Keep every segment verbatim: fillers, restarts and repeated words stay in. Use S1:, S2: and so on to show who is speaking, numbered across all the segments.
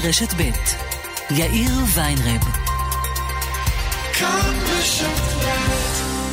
S1: רשת ב' יאיר ויינרב. כאן רשת ב'.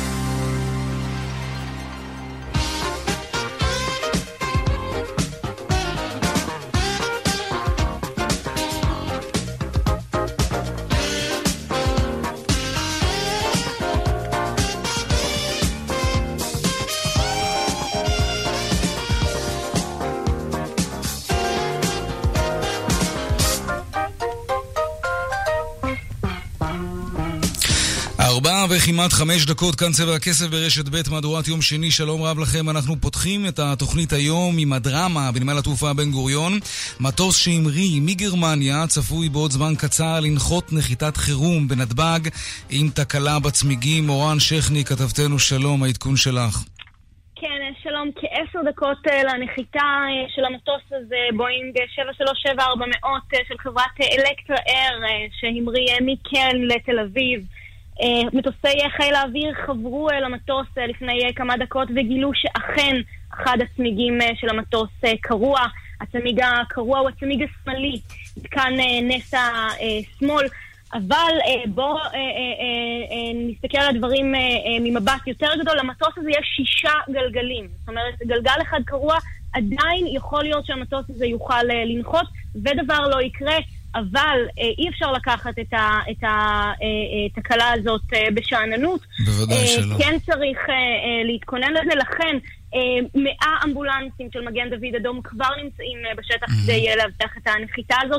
S2: ארבעה וכמעט חמש דקות, כאן צבע הכסף ברשת ב' מהדורת יום שני. שלום רב לכם, אנחנו פותחים את התוכנית היום עם הדרמה בנמל התעופה בן גוריון. מטוס שהמריא מגרמניה צפוי בעוד זמן קצר לנחות נחיתת חירום בנתב"ג עם תקלה בצמיגים. מורן שכני, כתבתנו, שלום, העדכון שלך.
S3: כן, שלום. כעשר דקות לנחיתה של המטוס הזה, בואינג שבע שלוש שבע ארבע מאות של חברת אלקטרה אייר שהמריא מכן לתל אביב. מטוסי חיל האוויר חברו אל המטוס לפני כמה דקות וגילו שאכן אחד הצמיגים של המטוס קרוע. הצמיג הקרוע הוא הצמיג השמאלי, כאן נס השמאל. אבל בואו נסתכל על הדברים ממבט יותר גדול. למטוס הזה יש שישה גלגלים, זאת אומרת גלגל אחד קרוע, עדיין יכול להיות שהמטוס הזה יוכל לנחות ודבר לא יקרה. אבל אי אפשר לקחת את התקלה הזאת בשעננות.
S2: בוודאי שלא.
S3: כן צריך להתכונן לזה, לכן מאה אמבולנסים של מגן דוד אדום כבר נמצאים בשטח כדי להבטח את הנחיתה הזאת,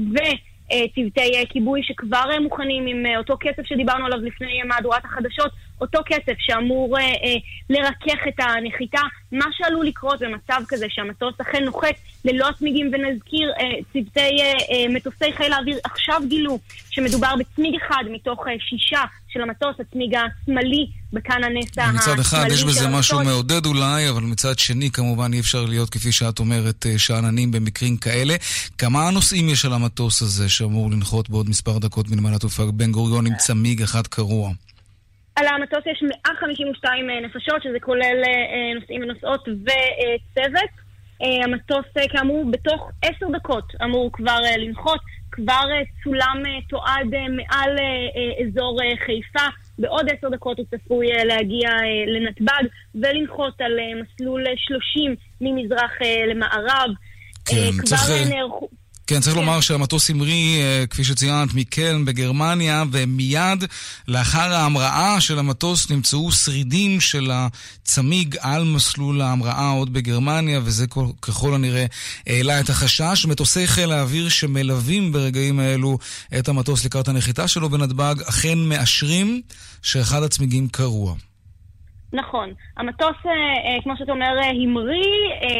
S3: וצוותי כיבוי שכבר מוכנים עם אותו כסף שדיברנו עליו לפני מהדורת החדשות, אותו כסף שאמור לרכך את הנחיתה. מה שעלול לקרות במצב כזה שהמטוס אכן נוחת ללא צמיגים, ונזכיר, צוותי מטוסי חיל האוויר עכשיו גילו שמדובר בצמיג אחד מתוך שישה של המטוס, הצמיג השמאלי בכאן הנס השמאלי.
S2: מצד אחד יש בזה משהו
S3: המטוס.
S2: מעודד אולי, אבל מצד שני כמובן אי אפשר להיות, כפי שאת אומרת, שעננים במקרים כאלה. כמה נוסעים יש על המטוס הזה שאמור לנחות בעוד מספר דקות בנמל התעופה בן גוריון עם צמיג אחד קרוע?
S3: על המטוס יש מאה חמישים ושתיים נפשות, שזה כולל נוסעים ונוסעות וצוות. המטוס כאמור בתוך עשר דקות אמור כבר לנחות, כבר צולם תועד מעל אזור חיפה, בעוד עשר דקות הוא צפוי להגיע לנתב"ג ולנחות על מסלול שלושים ממזרח למערב.
S2: כן,
S3: כבר
S2: צריך...
S3: נערכו...
S2: כן, צריך לומר שהמטוס המריא, כפי שציינת, מקלן בגרמניה, ומיד לאחר ההמראה של המטוס נמצאו שרידים של הצמיג על מסלול ההמראה עוד בגרמניה, וזה ככל הנראה העלה את החשש. מטוסי חיל האוויר שמלווים ברגעים האלו את המטוס לקראת הנחיתה שלו בנתב"ג, אכן מאשרים שאחד הצמיגים קרוע.
S3: נכון. המטוס, כמו שאתה אומר, המריא,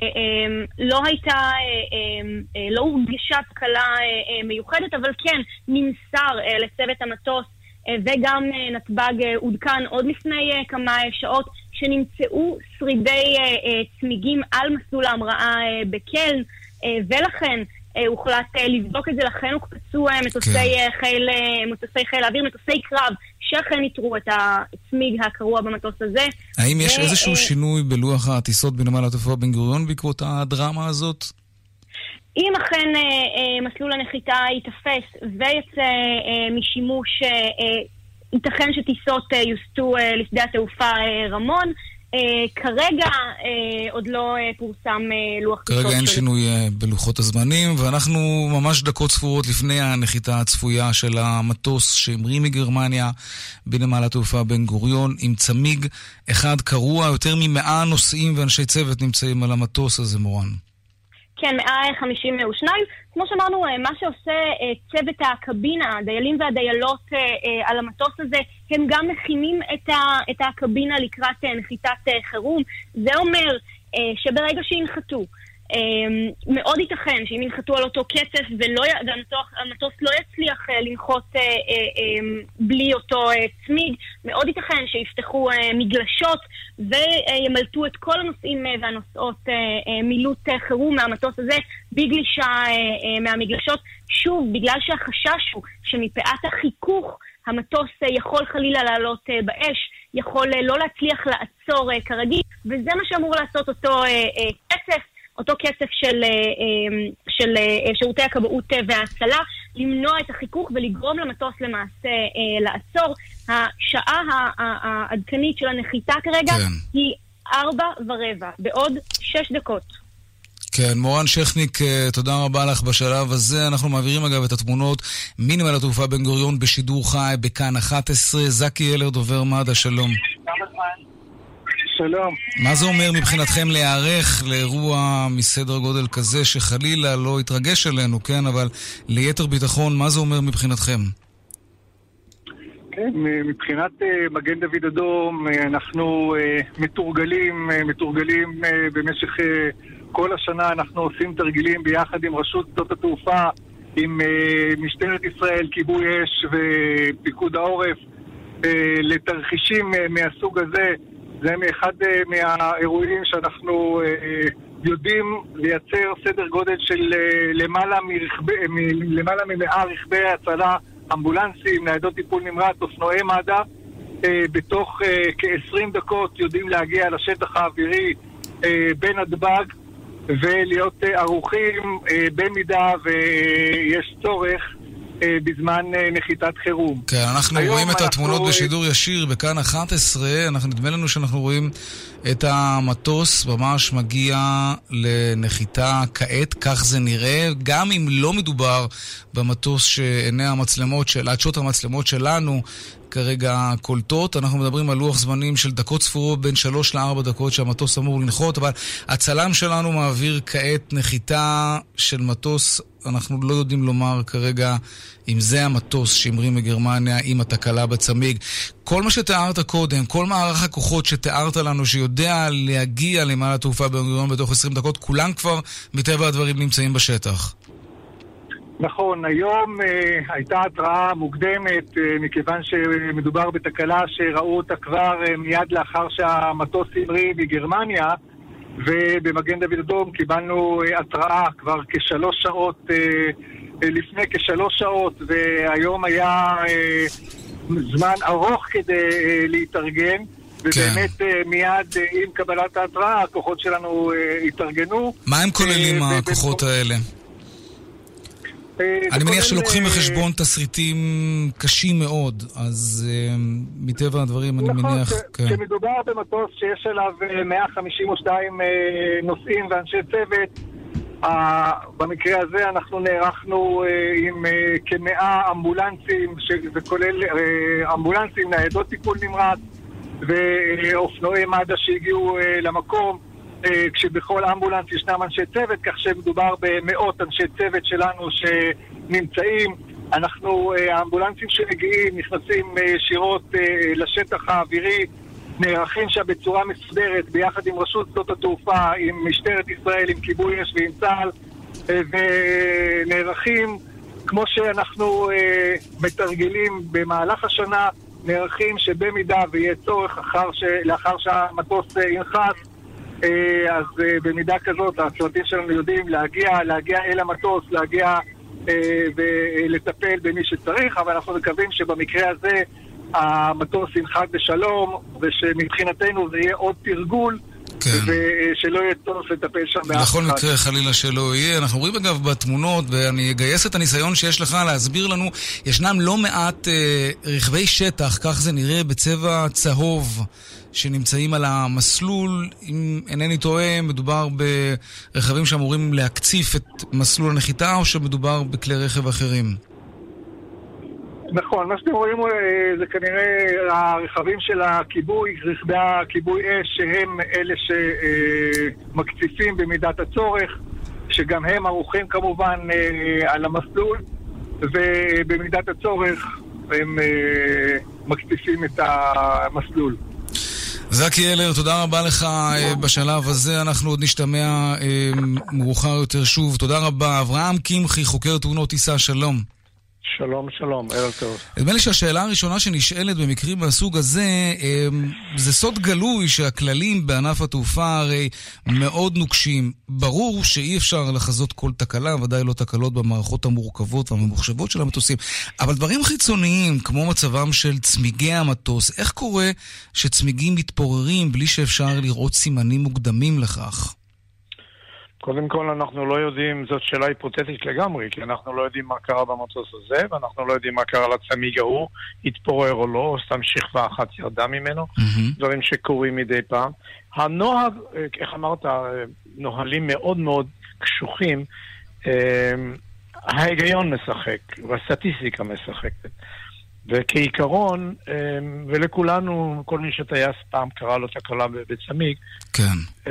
S3: לא הייתה, לא הורגשה תקלה מיוחדת, אבל כן, נמסר לצוות המטוס, וגם נתב"ג עודכן עוד לפני כמה שעות, שנמצאו שרידי צמיגים על מסלול ההמראה בקלן, ולכן הוחלט לבדוק את זה, לכן הוקפצו מטוסי חיל, מטוסי חיל האוויר, מטוסי קרב, שאכן יתרו את הצמיג הקרוע במטוס הזה.
S2: האם יש איזשהו שינוי בלוח הטיסות בנמל התעופה בן גוריון בעקבות הדרמה הזאת?
S3: אם אכן מסלול הנחיתה יתפס ויצא משימוש, ייתכן שטיסות יוסטו לשדה התעופה רמון. כרגע עוד לא פורסם לוח טיסות.
S2: כרגע אין שינוי בלוחות הזמנים, ואנחנו ממש דקות ספורות לפני הנחיתה הצפויה של המטוס שהמריא מגרמניה בנמל התעופה בן גוריון עם צמיג אחד קרוע. יותר ממאה נוסעים ואנשי צוות נמצאים על המטוס הזה, מורן. כן, מאה חמישים ושניים. כמו שאמרנו, מה שעושה צוות הקבינה, הדיילים והדיילות על המטוס הזה, הם גם מכינים את הקבינה לקראת נחיתת חירום. זה אומר שברגע שינחתו, מאוד ייתכן שאם ינחתו על אותו קצף והמטוס לא יצליח לנחות בלי אותו צמיג, מאוד ייתכן שיפתחו מגלשות וימלטו את כל הנוסעים והנוסעות מילוט חירום מהמטוס הזה בגלישה מהמגלשות. שוב, בגלל שהחשש הוא שמפאת החיכוך המטוס יכול חלילה לעלות באש, יכול לא להצליח לעצור כרגיל, וזה מה שאמור לעשות אותו קצף, אותו כסף של,
S3: של שירותי הכבאות וההצלה, למנוע את החיכוך ולגרום למטוס למעשה לעצור. השעה העדכנית של הנחיתה כרגע כן. היא ארבע ורבע, בעוד שש דקות.
S2: כן, מורן שכניק, תודה רבה לך בשלב הזה. אנחנו מעבירים אגב את התמונות מנמל התעופה בן גוריון בשידור חי בכאן אחת עשרה. זקי אלר, דובר מד"א, שלום.
S4: שלום.
S2: מה זה אומר מבחינתכם להיערך לאירוע מסדר גודל כזה שחלילה לא יתרגש עלינו, כן? אבל ליתר ביטחון, מה זה אומר מבחינתכם?
S4: כן, מבחינת מגן דוד אדום, אנחנו מתורגלים, מתורגלים במשך כל השנה. אנחנו עושים תרגילים ביחד עם רשות שדות התעופה, עם משטרת ישראל, כיבוי אש ופיקוד העורף, לתרחישים מהסוג הזה. זה אחד מהאירועים שאנחנו יודעים לייצר סדר גודל של למעלה ממאה רכבי הצלה, אמבולנסים, ניידות טיפול נמרץ, אופנועי מד"א. בתוך כ-עשרים דקות יודעים להגיע לשטח האווירי בנתב"ג ולהיות ערוכים במידה ויש צורך בזמן נחיתת חירום.
S2: כן, אנחנו רואים את התמונות בשידור ישיר בכאן אחת עשרה. אנחנו נדמה לנו שאנחנו רואים את המטוס ממש מגיע לנחיתה כעת, כך זה נראה, גם אם לא מדובר במטוס שעיני המצלמות של עדשות המצלמות שלנו כרגע קולטות. אנחנו מדברים על לוח זמנים של דקות ספורות, בין שלוש לארבע דקות שהמטוס אמור לנחות, אבל הצלם שלנו מעביר כעת נחיתה של מטוס. אנחנו לא יודעים לומר כרגע אם זה המטוס שהמריא מגרמניה עם התקלה בצמיג. כל מה שתיארת קודם, כל מערך הכוחות שתיארת לנו שיודע להגיע למעלה התעופה בן גוריון בתוך עשרים דקות, כולם כבר מטבע הדברים נמצאים בשטח.
S4: נכון, היום אה, הייתה התראה מוקדמת, אה, מכיוון שמדובר בתקלה שראו אותה כבר אה, מיד לאחר שהמטוס המריא מגרמניה, ובמגן דוד אדום קיבלנו אה, התראה כבר כשלוש שעות, אה, אה, לפני כשלוש שעות, והיום היה אה, זמן ארוך כדי אה, להתארגן, ובאמת כן. אה, מיד אה, עם קבלת ההתראה הכוחות שלנו אה, התארגנו.
S2: מה הם כוללים אה, הכוחות ובמקום... האלה? אני מניח שלוקחים בחשבון תסריטים קשים מאוד, אז מטבע הדברים אני מניח...
S4: נכון, שמדובר במטוס שיש עליו מאה חמישים ושתיים נוסעים ואנשי צוות. במקרה הזה אנחנו נערכנו עם כמאה אמבולנסים, שזה כולל אמבולנסים, ניידות טיפול נמרץ ואופנועי מד"א שהגיעו למקום, כשבכל אמבולנס ישנם אנשי צוות, כך שמדובר במאות אנשי צוות שלנו שנמצאים. אנחנו, האמבולנסים שמגיעים, נכנסים ישירות לשטח האווירי, נערכים שם בצורה מסודרת ביחד עם רשות שדות התעופה, עם משטרת ישראל, עם כיבוי אש ועם צה"ל, ונערכים כמו שאנחנו מתרגלים במהלך השנה, נערכים שבמידה ויהיה צורך אחר ש... לאחר שהמטוס ינחת, אז במידה כזאת הצוותים שלנו יודעים להגיע, להגיע אל המטוס, להגיע ולטפל במי שצריך, אבל אנחנו מקווים שבמקרה הזה המטוס ינחת בשלום, ושמבחינתנו זה יהיה עוד תרגול, כן. ושלא יהיה צורך לטפל שם באף אחד.
S2: בכל מקרה חלילה שלא יהיה. אנחנו רואים אגב בתמונות, ואני אגייס את הניסיון שיש לך להסביר לנו, ישנם לא מעט אה, רכבי שטח, כך זה נראה, בצבע צהוב, שנמצאים על המסלול. אם אינני טועה, מדובר ברכבים שאמורים להקציף את מסלול הנחיתה, או שמדובר בכלי רכב אחרים?
S4: נכון, מה שאתם רואים זה כנראה הרכבים של הכיבוי, רכבי הכיבוי אש, שהם אלה שמקציפים במידת הצורך, שגם הם ערוכים כמובן על המסלול, ובמידת הצורך הם מקציפים את המסלול.
S2: זקי אלר, תודה רבה לך בשלב הזה, אנחנו עוד נשתמע מאוחר יותר שוב. תודה רבה. אברהם קמחי, חוקר תאונות טיסה, שלום.
S5: שלום, שלום, ערב טוב.
S2: נדמה לי שהשאלה הראשונה שנשאלת במקרים מהסוג הזה, זה סוד גלוי שהכללים בענף התעופה הרי מאוד נוקשים. ברור שאי אפשר לחזות כל תקלה, ודאי לא תקלות במערכות המורכבות והממוחשבות של המטוסים, אבל דברים חיצוניים, כמו מצבם של צמיגי המטוס, איך קורה שצמיגים מתפוררים בלי שאפשר לראות סימנים מוקדמים לכך?
S5: קודם כל אנחנו לא יודעים, זאת שאלה היפותטית לגמרי, כי אנחנו לא יודעים מה קרה במטוס הזה, ואנחנו לא יודעים מה קרה לצמיג ההוא, התפורר או לא, או סתם שכבה אחת ירדה ממנו, mm-hmm. דברים שקורים מדי פעם. הנוהג, איך אמרת, נוהלים מאוד מאוד קשוחים, ההיגיון משחק, והסטטיסטיקה משחקת. וכעיקרון, ולכולנו, כל מי שטייס פעם קרא לו תקלה בצמיג,
S2: כן.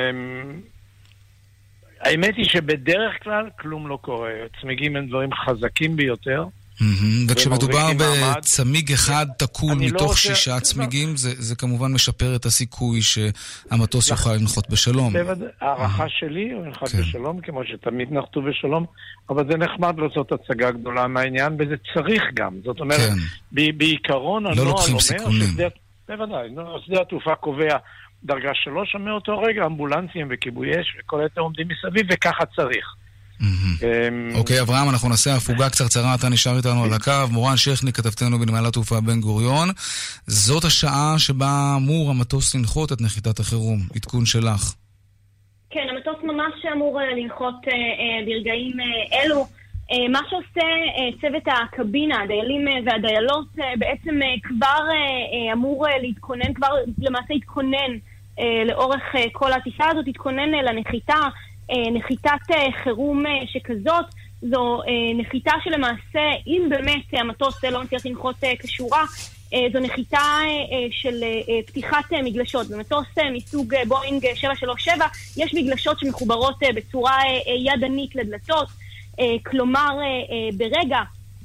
S5: האמת היא שבדרך כלל כלום לא קורה. צמיגים הם דברים חזקים ביותר.
S2: וכשמדובר בצמיג אחד תקול מתוך שישה צמיגים, זה כמובן משפר את הסיכוי שהמטוס יוכל לנחות בשלום.
S5: הערכה שלי הוא לנחות בשלום, כמו שתמיד נחתו בשלום, אבל זה נחמד לעשות הצגה גדולה מהעניין, וזה צריך גם. זאת אומרת, בעיקרון הנועל אומר, בוודאי, שדה התעופה קובע דרגה שלוש, מאותו רגע אמבולנסים וכיבוי אש וכל היתר עומדים מסביב, וככה צריך.
S2: אוקיי, אברהם, אנחנו נעשה הפוגה קצרצרה, אתה נשאר איתנו על הקו. מורן שכני, כתבתנו בנמל התעופה בן גוריון. זאת השעה שבה אמור המטוס לנחות את נחיתת החירום. עדכון שלך.
S3: כן, המטוס ממש אמור לנחות ברגעים אלו. מה שעושה צוות הקבינה, הדיילים והדיילות, בעצם כבר אמור להתכונן, כבר למעשה התכונן לאורך כל הטיסה הזאת, התכונן לנחיתה. נחיתת חירום שכזאת, זו נחיתה שלמעשה, אם באמת המטוס לא מצליח לנחות כשורה, זו נחיתה של פתיחת מגלשות. במטוס מסוג בואינג שבע שלוש שבע יש מגלשות שמחוברות בצורה ידנית לדלתות, כלומר ברגע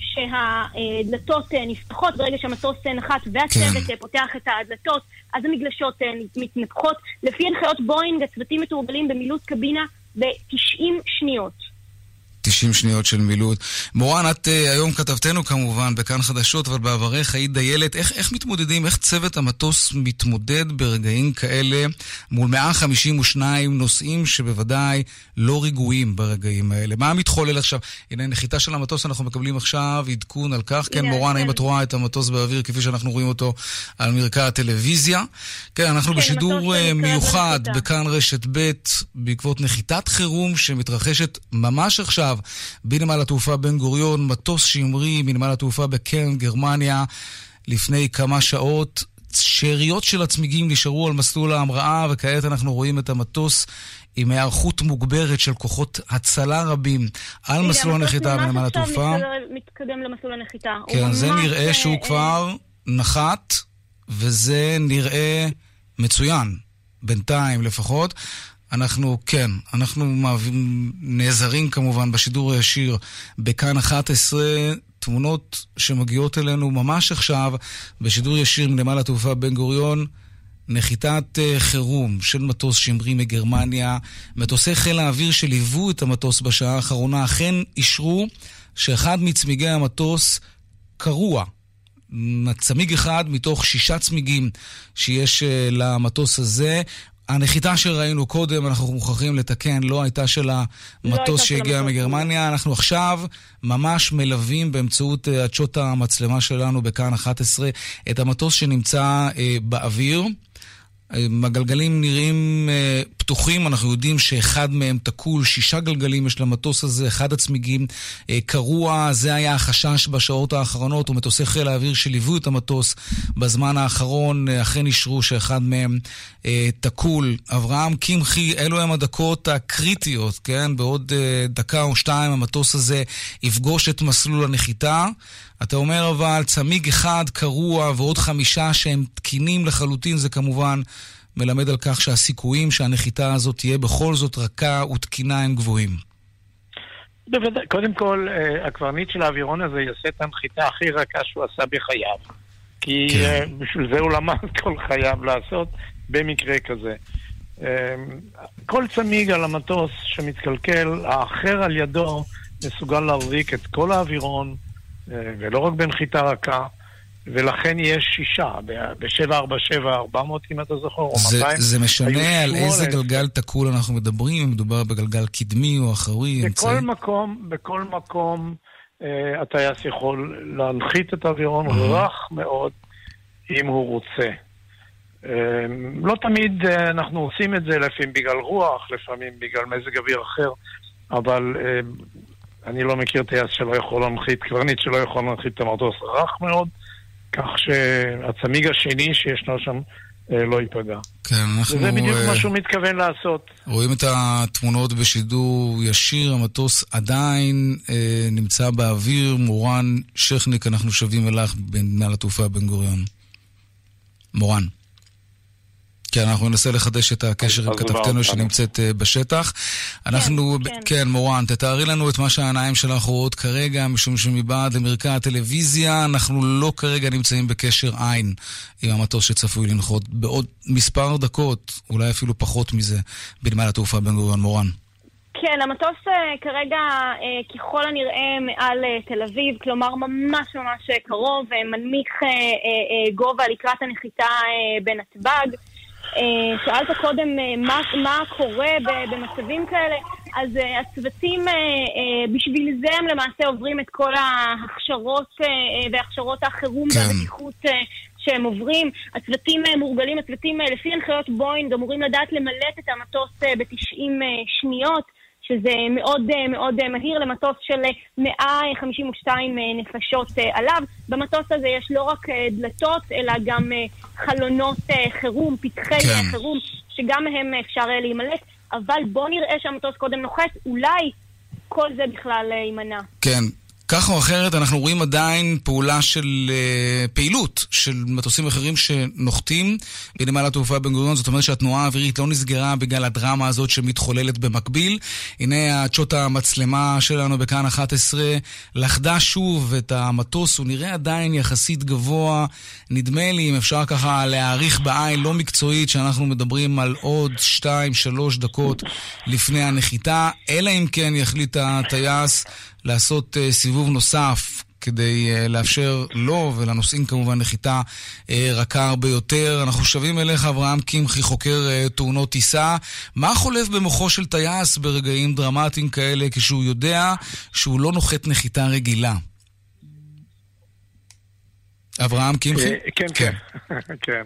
S3: שהדלתות נפתחות, ברגע שהמטוס נחת והצוות כן. פותח את הדלתות, אז המגלשות מתנפחות. לפי הנחיות בואינג, הצוותים מתורגלים במילוט קבינה ב-תשעים שניות.
S2: תשעים שניות של מילוט. מורן, את uh, היום כתבתנו כמובן בכאן חדשות, אבל בעברך היית דיילת. איך, איך מתמודדים, איך צוות המטוס מתמודד ברגעים כאלה מול מאה חמישים ושניים נוסעים שבוודאי לא רגועים ברגעים האלה? מה מתחולל עכשיו? הנה, נחיתה של המטוס, אנחנו מקבלים עכשיו עדכון על כך. כן, מורן, האם את רואה את המטוס באוויר כפי שאנחנו רואים אותו על מרקע הטלוויזיה? כן, אנחנו כן, בשידור מיוחד בכאן רשת ב' בעקבות נחיתת חירום שמתרחשת ממש עכשיו בנמל התעופה בן גוריון, מטוס שמרי מנמל התעופה בקרן, גרמניה, לפני כמה שעות. שאריות של הצמיגים נשארו על מסלול ההמראה, וכעת אנחנו רואים את המטוס עם היערכות מוגברת של כוחות הצלה רבים על מסלול הנחיתה בנמל התעופה.
S3: מתקדם למסלול הנחיתה.
S2: כן, זה נראה שהוא כבר נחת, וזה נראה מצוין, בינתיים לפחות. אנחנו, כן, אנחנו נעזרים כמובן בשידור הישיר בכאן אחת עשרה, תמונות שמגיעות אלינו ממש עכשיו בשידור ישיר מנמל התעופה בן גוריון, נחיתת חירום של מטוס שמרי מגרמניה. מטוסי חיל האוויר שליוו את המטוס בשעה האחרונה אכן אישרו שאחד מצמיגי המטוס קרוע. צמיג אחד מתוך שישה צמיגים שיש למטוס הזה. הנחיתה שראינו קודם, אנחנו מוכרחים לתקן, לא הייתה של המטוס שהגיע מגרמניה. אנחנו עכשיו ממש מלווים באמצעות עדשות המצלמה שלנו בכאן אחת עשרה את המטוס שנמצא אה, באוויר. הגלגלים נראים אה, פתוחים, אנחנו יודעים שאחד מהם תקול, שישה גלגלים יש למטוס הזה, אחד הצמיגים אה, קרוע, זה היה החשש בשעות האחרונות, ומטוסי חיל האוויר שליוו את המטוס בזמן האחרון, אה, אכן אישרו שאחד מהם אה, תקול. אברהם קמחי, אלו הם הדקות הקריטיות, כן? בעוד אה, דקה או שתיים המטוס הזה יפגוש את מסלול הנחיתה. אתה אומר אבל צמיג אחד קרוע ועוד חמישה שהם תקינים לחלוטין, זה כמובן מלמד על כך שהסיכויים שהנחיתה הזאת תהיה בכל זאת רכה ותקינה הם גבוהים.
S5: בוודאי, קודם כל הקברניט של האווירון הזה יעשה את הנחיתה הכי רכה שהוא עשה בחייו, כי כן. בשביל זה הוא למד כל חייו לעשות במקרה כזה. כל צמיג על המטוס שמתקלקל, האחר על ידו מסוגל להחזיק את כל האווירון, ולא רק בנחיתה רכה, ולכן יש שישה, ב-שבע ארבע שבע ארבע מאות אם אתה זוכר, או מאתיים.
S2: זה משנה על איזה גלגל תקול אנחנו מדברים, אם מדובר בגלגל קדמי או אחורי.
S5: בכל מקום, בכל מקום, הטייס יכול להנחית את האווירון רך מאוד, אם הוא רוצה. לא תמיד אנחנו עושים את זה, לפעמים בגלל רוח, לפעמים בגלל מזג אוויר אחר, אבל אני לא מכיר טייס שלא יכול להנחית, קברניט שלא יכול להנחית את המטוס רך מאוד, כך שהצמיג השני שישנו שם לא ייפגע.
S2: כן, אנחנו...
S5: וזה בדיוק מה שהוא מתכוון לעשות.
S2: רואים את התמונות בשידור ישיר, המטוס עדיין אה, נמצא באוויר. מורן שכניק, אנחנו שווים אלך בנמל התעופה בן גוריון. מורן. כן, אנחנו ננסה לחדש את הקשר עם כתבתנו שנמצאת בשטח. אנחנו,
S3: כן, כן.
S2: כן, מורן, תתארי לנו את מה שהעיניים שלך רואות כרגע, משום שמבעד למרקע הטלוויזיה, אנחנו לא כרגע נמצאים בקשר עין עם המטוס שצפוי לנחות בעוד מספר דקות, אולי אפילו פחות מזה, בנמל התעופה בן גוריון. מורן.
S3: כן, המטוס כרגע ככל הנראה מעל תל אביב, כלומר ממש ממש קרוב, מנמיך גובה לקראת הנחיתה בנתב"ג. שאלת קודם מה, מה קורה במצבים כאלה, אז הצוותים בשביל זה הם למעשה עוברים את כל ההכשרות והכשרות החירום
S2: כן.
S3: והבטיחות שהם עוברים. הצוותים מורגלים, הצוותים לפי הנחיות בוינג אמורים לדעת למלט את המטוס ב-תשעים שניות, שזה מאוד מאוד מהיר למטוס של מאה חמישים ושתיים נפשות עליו. במטוס הזה יש לא רק דלתות, אלא גם חלונות חירום, פתחי
S2: כן.
S3: חירום, שגם מהם אפשר להימלט. אבל בוא נראה שהמטוס קודם נוחת, אולי כל זה בכלל יימנע.
S2: כן. כך או אחרת, אנחנו רואים עדיין פעולה של uh, פעילות של מטוסים אחרים שנוחתים בנמל התעופה בן גוריון. זאת אומרת שהתנועה האווירית לא נסגרה בגלל הדרמה הזאת שמתחוללת במקביל. הנה התשות המצלמה שלנו בכאן אחת עשרה לחדה שוב את המטוס, הוא נראה עדיין יחסית גבוה. נדמה לי, אם אפשר ככה להעריך בעין לא מקצועית, שאנחנו מדברים על עוד שתיים שלוש דקות לפני הנחיתה, אלא אם כן יחליט הטייס לעשות uh, סיבוב נוסף כדי uh, לאפשר לו ולנוסעים כמובן נחיתה uh, רכה הרבה יותר. אנחנו שווים אליך, אברהם קמחי, חוקר uh, תאונות טיסה. מה חולף במוחו של טייס ברגעים דרמטיים כאלה כשהוא יודע שהוא לא נוחת נחיתה רגילה? אברהם קמחי?
S5: כן, כן. כן.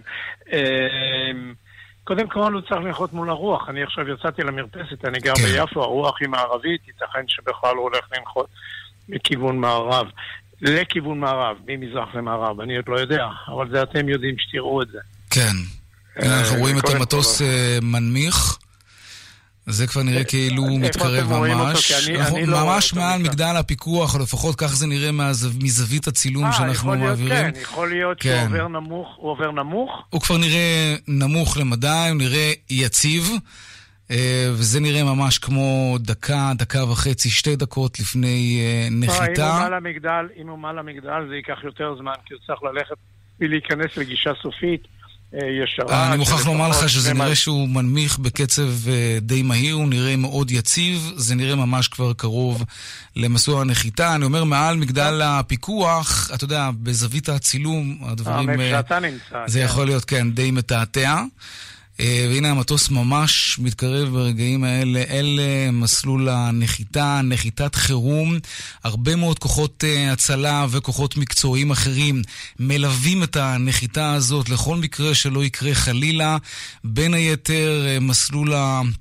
S5: קודם כל הוא צריך לנחות מול הרוח. אני עכשיו יצאתי למרפסת, אני גר ביפו, הרוח היא מערבית, ייתכן שבכלל הוא הולך לנחות מכיוון מערב, לכיוון מערב, ממזרח למערב, אני עוד לא יודע, אבל זה אתם יודעים שתראו את זה.
S2: כן, אנחנו רואים את המטוס מנמיך, זה כבר נראה כאילו מתקרב ממש, ממש מעל מגדל הפיקוח, או לפחות כך זה נראה מזווית הצילום שאנחנו מעבירים.
S5: כן, יכול להיות שהוא עובר נמוך, הוא עובר נמוך?
S2: הוא כבר נראה נמוך למדי, הוא נראה יציב, וזה נראה ממש כמו דקה, דקה וחצי, שתי דקות לפני נחיתה.
S5: אם הוא מעל המגדל זה ייקח יותר זמן, כי הוא צריך ללכת ולהיכנס לגישה סופית. ישרה.
S2: אני מוכרח לומר לך שזה נראה שהוא מנמיך בקצב די מהיר, הוא נראה מאוד יציב, זה נראה ממש כבר קרוב למסוע הנחיתה. אני אומר מעל מגדל הפיקוח, אתה יודע, בזווית הצילום, הדברים... זה יכול להיות, כן, די מתעתע. והנה המטוס ממש מתקרב ברגעים האלה אל מסלול הנחיתה, נחיתת חירום. הרבה מאוד כוחות הצלה וכוחות מקצועיים אחרים מלווים את הנחיתה הזאת לכל מקרה שלא יקרה חלילה. בין היתר מסלול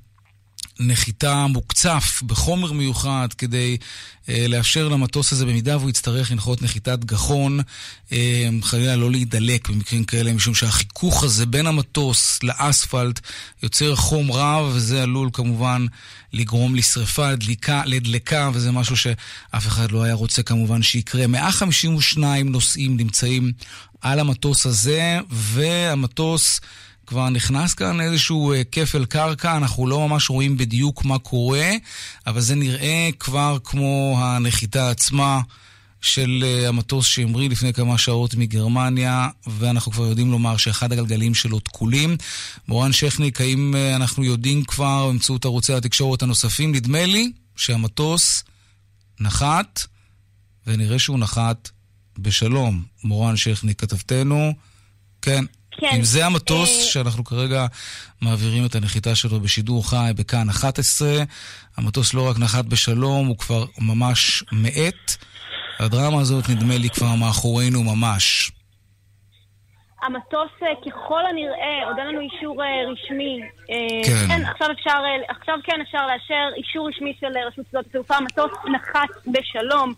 S2: הנחיתה מוקצף בחומר מיוחד כדי לאפשר למטוס הזה, במידה והוא יצטרך לנחות נחיתת גחון, חלילה לא להידלק במקרים כאלה, משום שהחיכוך הזה בין המטוס לאספלט יוצר חום רב, וזה עלול כמובן לגרום לשריפה, לדליקה, לדלקה, וזה משהו שאף אחד לא היה רוצה כמובן שיקרה. מאה חמישים ושניים נוסעים נמצאים על המטוס הזה, והמטוס כבר נכנס כאן איזשהו כפל קרקע, אנחנו לא ממש רואים בדיוק מה קורה, אבל זה נראה כבר כמו הנחיתה עצמה של המטוס שהמריא לפני כמה שעות מגרמניה, ואנחנו כבר יודעים לומר שאחד הגלגלים שלו תקולים. מורן שכניק, האם אנחנו יודעים כבר באמצעות ערוצי התקשורת הנוספים? נדמה לי שהמטוס נחת, ונראה שהוא נחת בשלום. מורן שכניק, כתבתנו, כן. כן. אם זה המטוס שאנחנו כרגע מעבירים את הנחיתה שלו בשידור חי בכאן אחת עשרה, המטוס לא רק נחת בשלום, הוא כבר ממש מעט. הדרמה הזאת נדמה לי כבר מאחורינו ממש.
S3: המטוס ככל הנראה, עוד אין לנו אישור רשמי.
S2: כן.
S3: כן, עכשיו אפשר, עכשיו כן אפשר לאשר אישור רשמי של רשות שדות התעופה. המטוס נחת בשלום.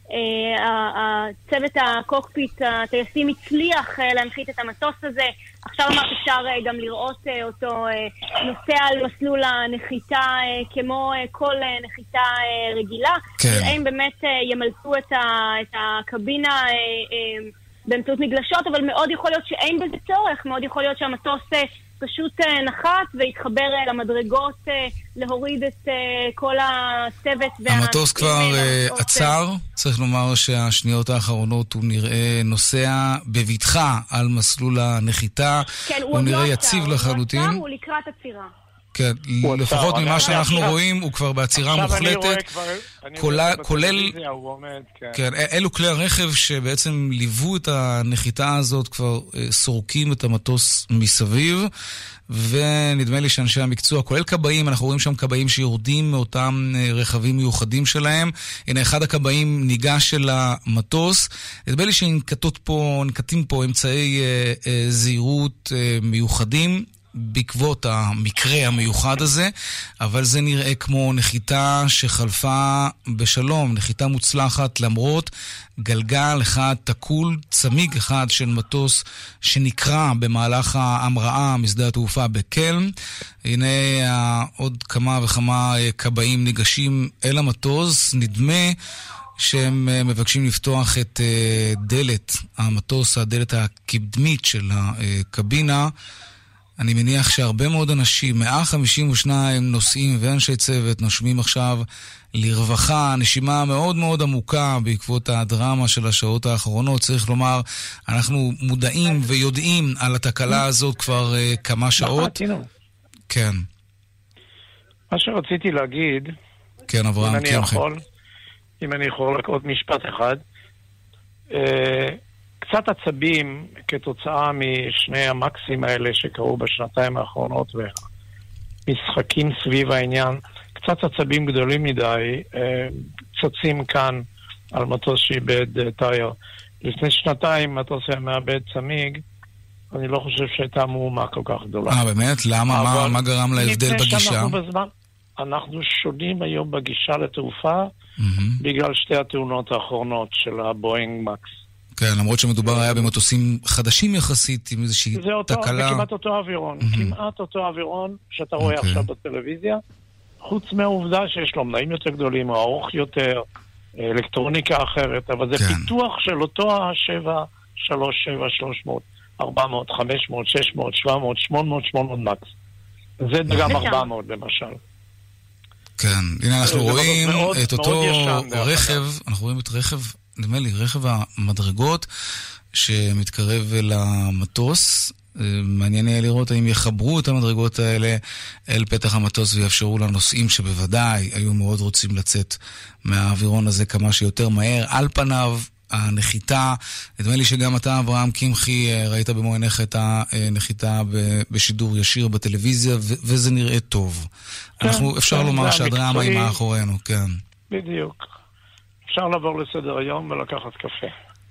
S3: הצוות הקוקפיט, הטייסים הצליח להנחית את המטוס הזה. עכשיו אמרת אפשר גם לראות אותו נוסע על מסלול הנחיתה כמו כל נחיתה רגילה.
S2: כן.
S3: הם באמת ימלאו את הקבינה באמצעות מגלשות, אבל מאוד יכול להיות שאין בזה צורך, מאוד יכול להיות שהמטוס פשוט נחת והתחבר למדרגות להוריד את כל הצוות.
S2: המטוס כבר עצר, צריך לומר שהשניות האחרונות הוא נראה נוסע בבטחה על מסלול הנחיתה, הוא נראה יציב לחלוטין.
S3: הוא לקראת עצירה.
S2: כן, לפחות ממה שאנחנו רואים, הוא כבר בעצירה מוחלטת, כולל, כן, אלו כלי הרכב שבעצם ליוו את הנחיתה הזאת, כבר סורקים את המטוס מסביב, ונדמה לי שאנשי המקצוע, כולל קבעים, אנחנו רואים שם קבעים שיורדים מאותם רכבים מיוחדים שלהם. הנה, אחד הקבעים ניגש אל המטוס. נדמה לי שנקטות פה, נקטים פה אמצעי אה, אה, זהירות אה, מיוחדים, בעקבות המקרה המיוחד הזה, אבל זה נראה כמו נחיתה שחלפה בשלום, נחיתה מוצלחת למרות גלגל אחד תקול, צמיג אחד של מטוס שנקרא במהלך ההמראה משדה התעופה בקלם. הנה עוד כמה וכמה קבעים ניגשים אל המטוס, נדמה שהם מבקשים לפתוח את דלת המטוס, הדלת הקדמית של הקבינה. אני מניח שהרבה מאוד אנשים, מאה חמישים ושניים נוסעים ואנשי צוות, נושמים עכשיו לרווחה, נשימה מאוד מאוד עמוקה בעקבות הדרמה של השעות האחרונות. צריך לומר, אנחנו מודעים ויודעים על התקלה הזאת כבר uh, כמה שעות. כן.
S5: מה שרציתי להגיד,
S2: כן, אברהם,
S5: אם אני יכול, אם אני יכול רק עוד משפט אחד, uh, קצת עצבים כתוצאה משני המקסים האלה שקרו בשנתיים האחרונות והמשחקים סביב העניין, קצת עצבים גדולים מדי צצים כאן על מטוס שאיבד טייר. לפני שנתיים מטוס היה מאבד צמיג, אני לא חושב שהייתה מהומה כל כך גדולה.
S2: אה, באמת? למה? מה, מה גרם להבדל בגישה?
S5: בזמן, אנחנו שונים היום בגישה לתעופה mm-hmm. בגלל שתי התאונות האחרונות של הבואינג מקס.
S2: כן, למרות שמדובר היה במטוסים חדשים יחסית, עם איזושהי תקלה.
S5: זה כמעט אותו אווירון, mm-hmm. כמעט אותו אווירון שאתה רואה okay. עכשיו בטלוויזיה, חוץ מהעובדה שיש לו מנעים יותר גדולים, או ארוך יותר, אלקטרוניקה אחרת, אבל זה כן. פיתוח של אותו ה-שבע, שלוש, שבע, שלוש מאות, ארבע מאות, חמש מאות, שש מאות, שבע מאות, שמונה מאות, שמונה מאות מקס. זה גם ארבע מאות למשל.
S2: כן, הנה אנחנו רואים את אותו רכב, אנחנו רואים את רכב, נדמה לי, רכב המדרגות שמתקרב אל המטוס. מעניין יהיה לראות האם יחברו את המדרגות האלה אל פתח המטוס ויאפשרו לנוסעים שבוודאי היו מאוד רוצים לצאת מהאווירון הזה כמה שיותר מהר. על פניו הנחיתה, נדמה לי שגם אתה, אברהם קמחי, ראית במו עיניך את הנחיתה בשידור ישיר בטלוויזיה, וזה נראה טוב. כן, אנחנו, אפשר כן, לומר שהדרמה היא מאחורינו, כן.
S5: בדיוק. אפשר לעבור לסדר היום ולקחת קפה.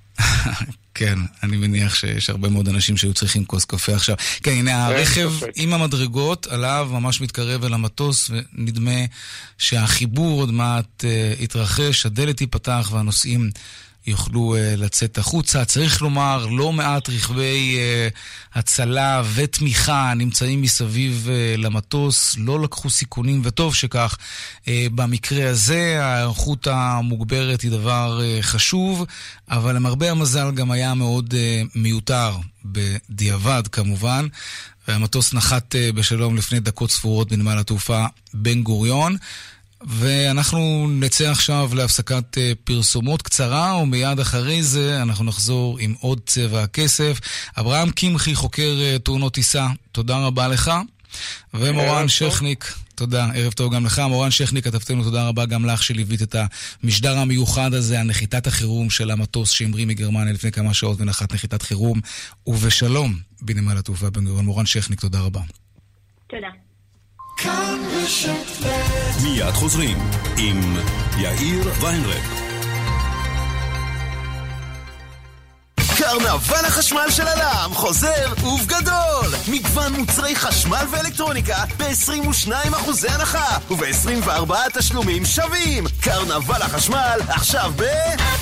S2: כן, אני מניח שיש הרבה מאוד אנשים שהיו צריכים כוס קפה עכשיו. כן, הנה הרכב עם המדרגות עליו ממש מתקרב אל המטוס, ונדמה שהחיבור עוד מעט יתרחש, הדלת ייפתח והנוסעים יוכלו uh, לצאת החוצה. צריך לומר, לא מעט רכבי uh, הצלה ותמיכה נמצאים מסביב uh, למטוס, לא לקחו סיכונים, וטוב שכך. Uh, במקרה הזה, הערכות המוגברת היא דבר uh, חשוב, אבל למרבה המזל גם היה מאוד uh, מיותר, בדיעבד כמובן, והמטוס נחת uh, בשלום לפני דקות ספורות בנמל התעופה בן גוריון. ואנחנו נצא עכשיו להפסקת פרסומות קצרה, ומיד אחרי זה אנחנו נחזור עם עוד צבע הכסף. אברהם קמחי, חוקר תאונות טיסה, תודה רבה לך. ומורן שכניק, תודה, ערב טוב גם לך. מורן שכניק, כתבתנו, תודה רבה גם לך שליווית את המשדר המיוחד הזה, הנחיתת החירום של המטוס שהמריא מגרמניה לפני כמה שעות, ונחת נחיתת חירום ובשלום בנמל התעופה בן גוריון. מורן שכניק, תודה רבה.
S3: תודה.
S6: מיד חוזרים עם יאיר ויינרב.
S7: קרנבל החשמל של אלם חוזר ובגדול. מגוון מוצרי חשמל ואלקטרוניקה ב-עשרים ושניים אחוז הנחה וב-עשרים וארבעה תשלומים שווים. קרנבל החשמל עכשיו ב...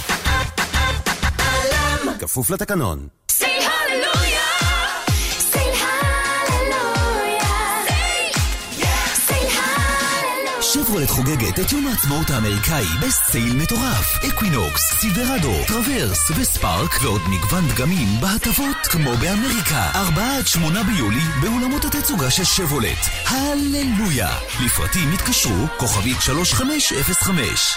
S7: אלם. כפוף לתקנון.
S1: Say hallelujah. Say hallelujah. Say, yeah. Say hallelujah.
S6: שברולט חוגגת את יום העצמאות האמריקאי בסייל מטורף. אקווינוקס, סילברדו, טרוורס וספארק ועוד מגוון דגמים בהטבות כמו באמריקה. ארבעה עד שמונה ביולי באולמות התצוגה של שברולט. הללויה. לפרטים התקשרו כוכבית שלוש חמש אפס חמש.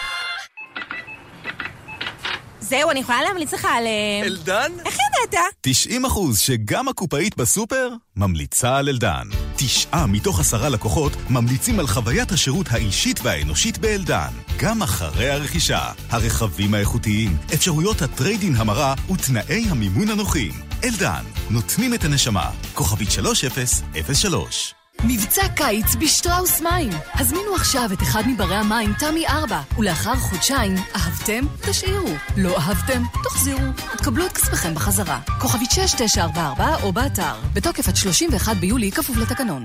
S8: זהו, אני יכולה להמליץ לך על...
S9: אלדן?
S8: איך ידעת?
S9: תשעים אחוז שגם הקופאית בסופר ממליצה על אלדן. תשעה מתוך עשרה לקוחות ממליצים על חוויית השירות האישית והאנושית באלדן. גם אחרי הרכישה, הרכבים האיכותיים, אפשרויות הטריידין המרה ותנאי המימון הנוחים. אלדן, נותנים את הנשמה. כוכבית שלוש אפס אפס שלוש.
S10: מבצע קיץ בשטראוס מים. הזמינו עכשיו את אחד מברי המים תמי ארבע, ולאחר חודשיים, אהבתם? תשאירו. לא אהבתם? תחזירו. ותקבלו את כספכם בחזרה. כוכבית שש תשע ארבע ארבע או באתר. בתוקף עד שלושים ואחד ביולי כפוף לתקנון.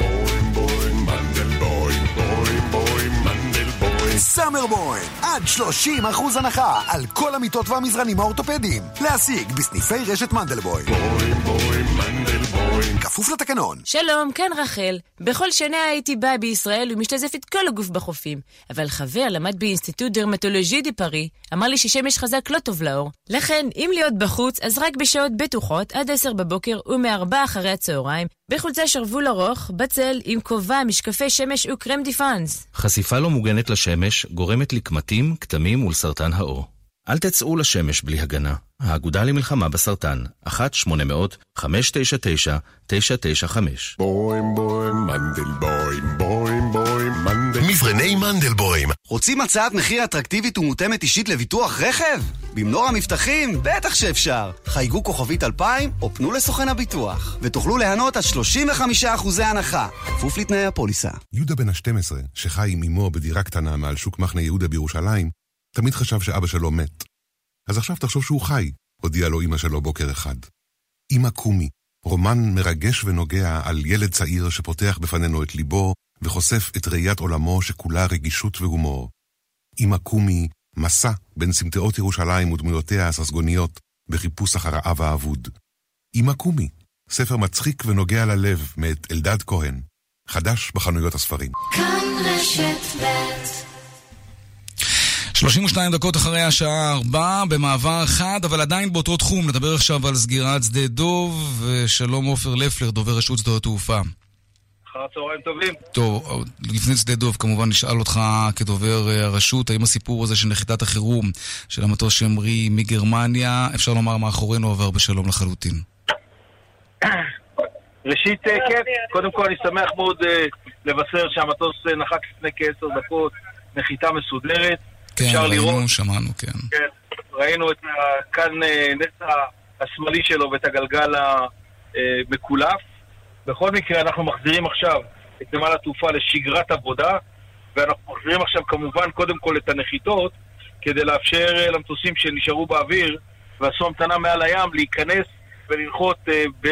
S11: סאמר בוי, עד שלושים אחוז הנחה על כל המיטות והמזרנים האורתופדיים. להשיג בסניפי רשת מנדלבוי. בוי בוי מנדלבוי. כפוף לתקנון.
S12: שלום, כאן רחל. בכל שנה הייתי באה בישראל ומשתזפת כל הגוף בחופים. אבל חבר למד באינסטיטוט דרמטולוגי די פארי, אמר לי ששמש חזק לא טוב לאור. לכן, אם להיות בחוץ, אז רק בשעות בטוחות עד עשר בבוקר ומארבע אחרי הצהריים, בחולצה שרוול ארוך, בצל, עם כובע, משקפי שמש וקרם דיפאנס.
S13: חשיפה לא מוגנת לשמש גורמת לקמטים, כתמים ולסרטן העור. אל תצאו לשמש בלי הגנה. האגודה למלחמה בסרטן, אחת שמונה אפס אפס חמש תשע תשע תשע תשע חמש.
S14: בוים בוים מנדלבוים, בוים בוים מנדלבוים.
S11: מברני מנדלבוים. רוצים הצעת מחיר אטרקטיבית ומותאמת אישית לביטוח רכב? במנור המבטחים? בטח שאפשר. חייגו כוכבית אלפיים או פנו לסוכן הביטוח, ותוכלו ליהנות עד שלושים וחמישה אחוז הנחה. כפוף לתנאי הפוליסה.
S14: יהודה בן ה-שתים עשרה, שחי עם אמו בדירה קטנה מעל שוק מחנה יהודה בירושלים, תמיד חשב שאבא שלו מת. אז עכשיו תחשוב שהוא חי, הודיע לו אמא שלו בוקר אחד. אמא קומי, רומן מרגש ונוגע על ילד צעיר שפותח בפנינו את ליבו וחושף את ראיית עולמו שכולה רגישות והומור. אמא קומי, מסע בין סמטאות ירושלים ודמויותיה הססגוניות בחיפוש אחר האב האבוד. אמא קומי, ספר מצחיק ונוגע ללב מאת אלדד כהן, חדש בחנויות הספרים.
S1: כאן רשת ב'
S2: שלושים ושתיים דקות אחרי השעה ארבע במעבר אחד, אבל עדיין באותו תחום. נדבר עכשיו על סגירת שדה דוב, ושלום עופר לפלר, דובר רשות שדות התעופה.
S15: אחר צהריים טובים.
S2: טוב, לפני שדה דוב כמובן נשאל אותך כדובר הרשות, האם הסיפור הזה של נחיתת החירום של המטוס שמרי מגרמניה, אפשר לומר מאחורינו עבר בשלום לחלוטין?
S15: ראשית, כן, קודם כל אני שמח מאוד לבשר שהמטוס נחת לפני כעשר דקות, נחיתה מסודרת.
S2: כן, ראינו, שמענו, כן.
S15: כן, ראינו את כאן נצע השמאלי שלו ואת הגלגל המקולף. בכל מקרה אנחנו מחזירים עכשיו את נמל התעופה לשגרת עבודה, ואנחנו מחזירים עכשיו כמובן קודם כל את הנחיתות, כדי לאפשר למטוסים שנשארו באוויר ועשו המתנה מעל הים להיכנס ולנחות ב...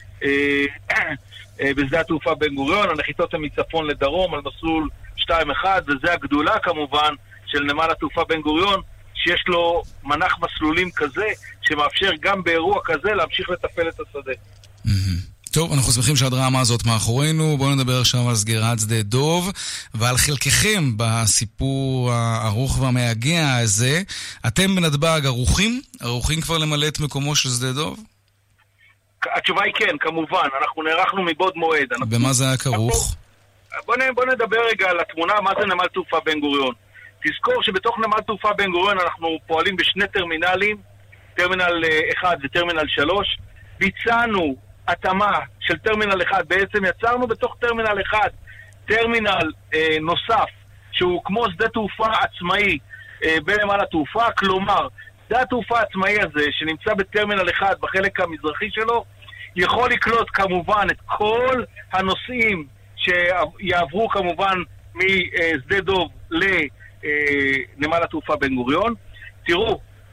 S15: בשדה התעופה בן גוריון. הנחיתות הן מצפון לדרום על מסלול שתיים אחת, וזה הגדולה כמובן של נמל התעופה בן גוריון, שיש לו מנח מסלולים כזה, שמאפשר גם באירוע כזה להמשיך לטפל את השדה.
S2: טוב, אנחנו שמחים שהדרמה הזאת מאחורינו. בואו נדבר עכשיו על סגירת שדה דוב, ועל חלקכם בסיפור הארוך והמייגע הזה. אתם בנתב"ג ערוכים? ערוכים כבר למלא את מקומו של שדה דוב?
S15: התשובה היא כן, כמובן. אנחנו נערכנו מבעוד מועד.
S2: במה זה היה כרוך?
S15: בוא נדבר רגע על התמונה, מה זה נמל תעופה בן גוריון. תזכור שבתוך נמל תעופה בן גוריון אנחנו פועלים בשני טרמינלים, טרמינל אחד וטרמינל שלוש. ביצענו התאמה של טרמינל אחד, בעצם יצרנו בתוך טרמינל אחד טרמינל אה, נוסף, שהוא כמו שדה תעופה עצמאי אה, בנמל התעופה. כלומר, שדה התעופה העצמאי הזה שנמצא בטרמינל אחד בחלק המזרחי שלו, יכול לקלוט כמובן את כל הנוסעים שיעברו כמובן משדה דוב ל... נמל התעופה בן גוריון. תראו,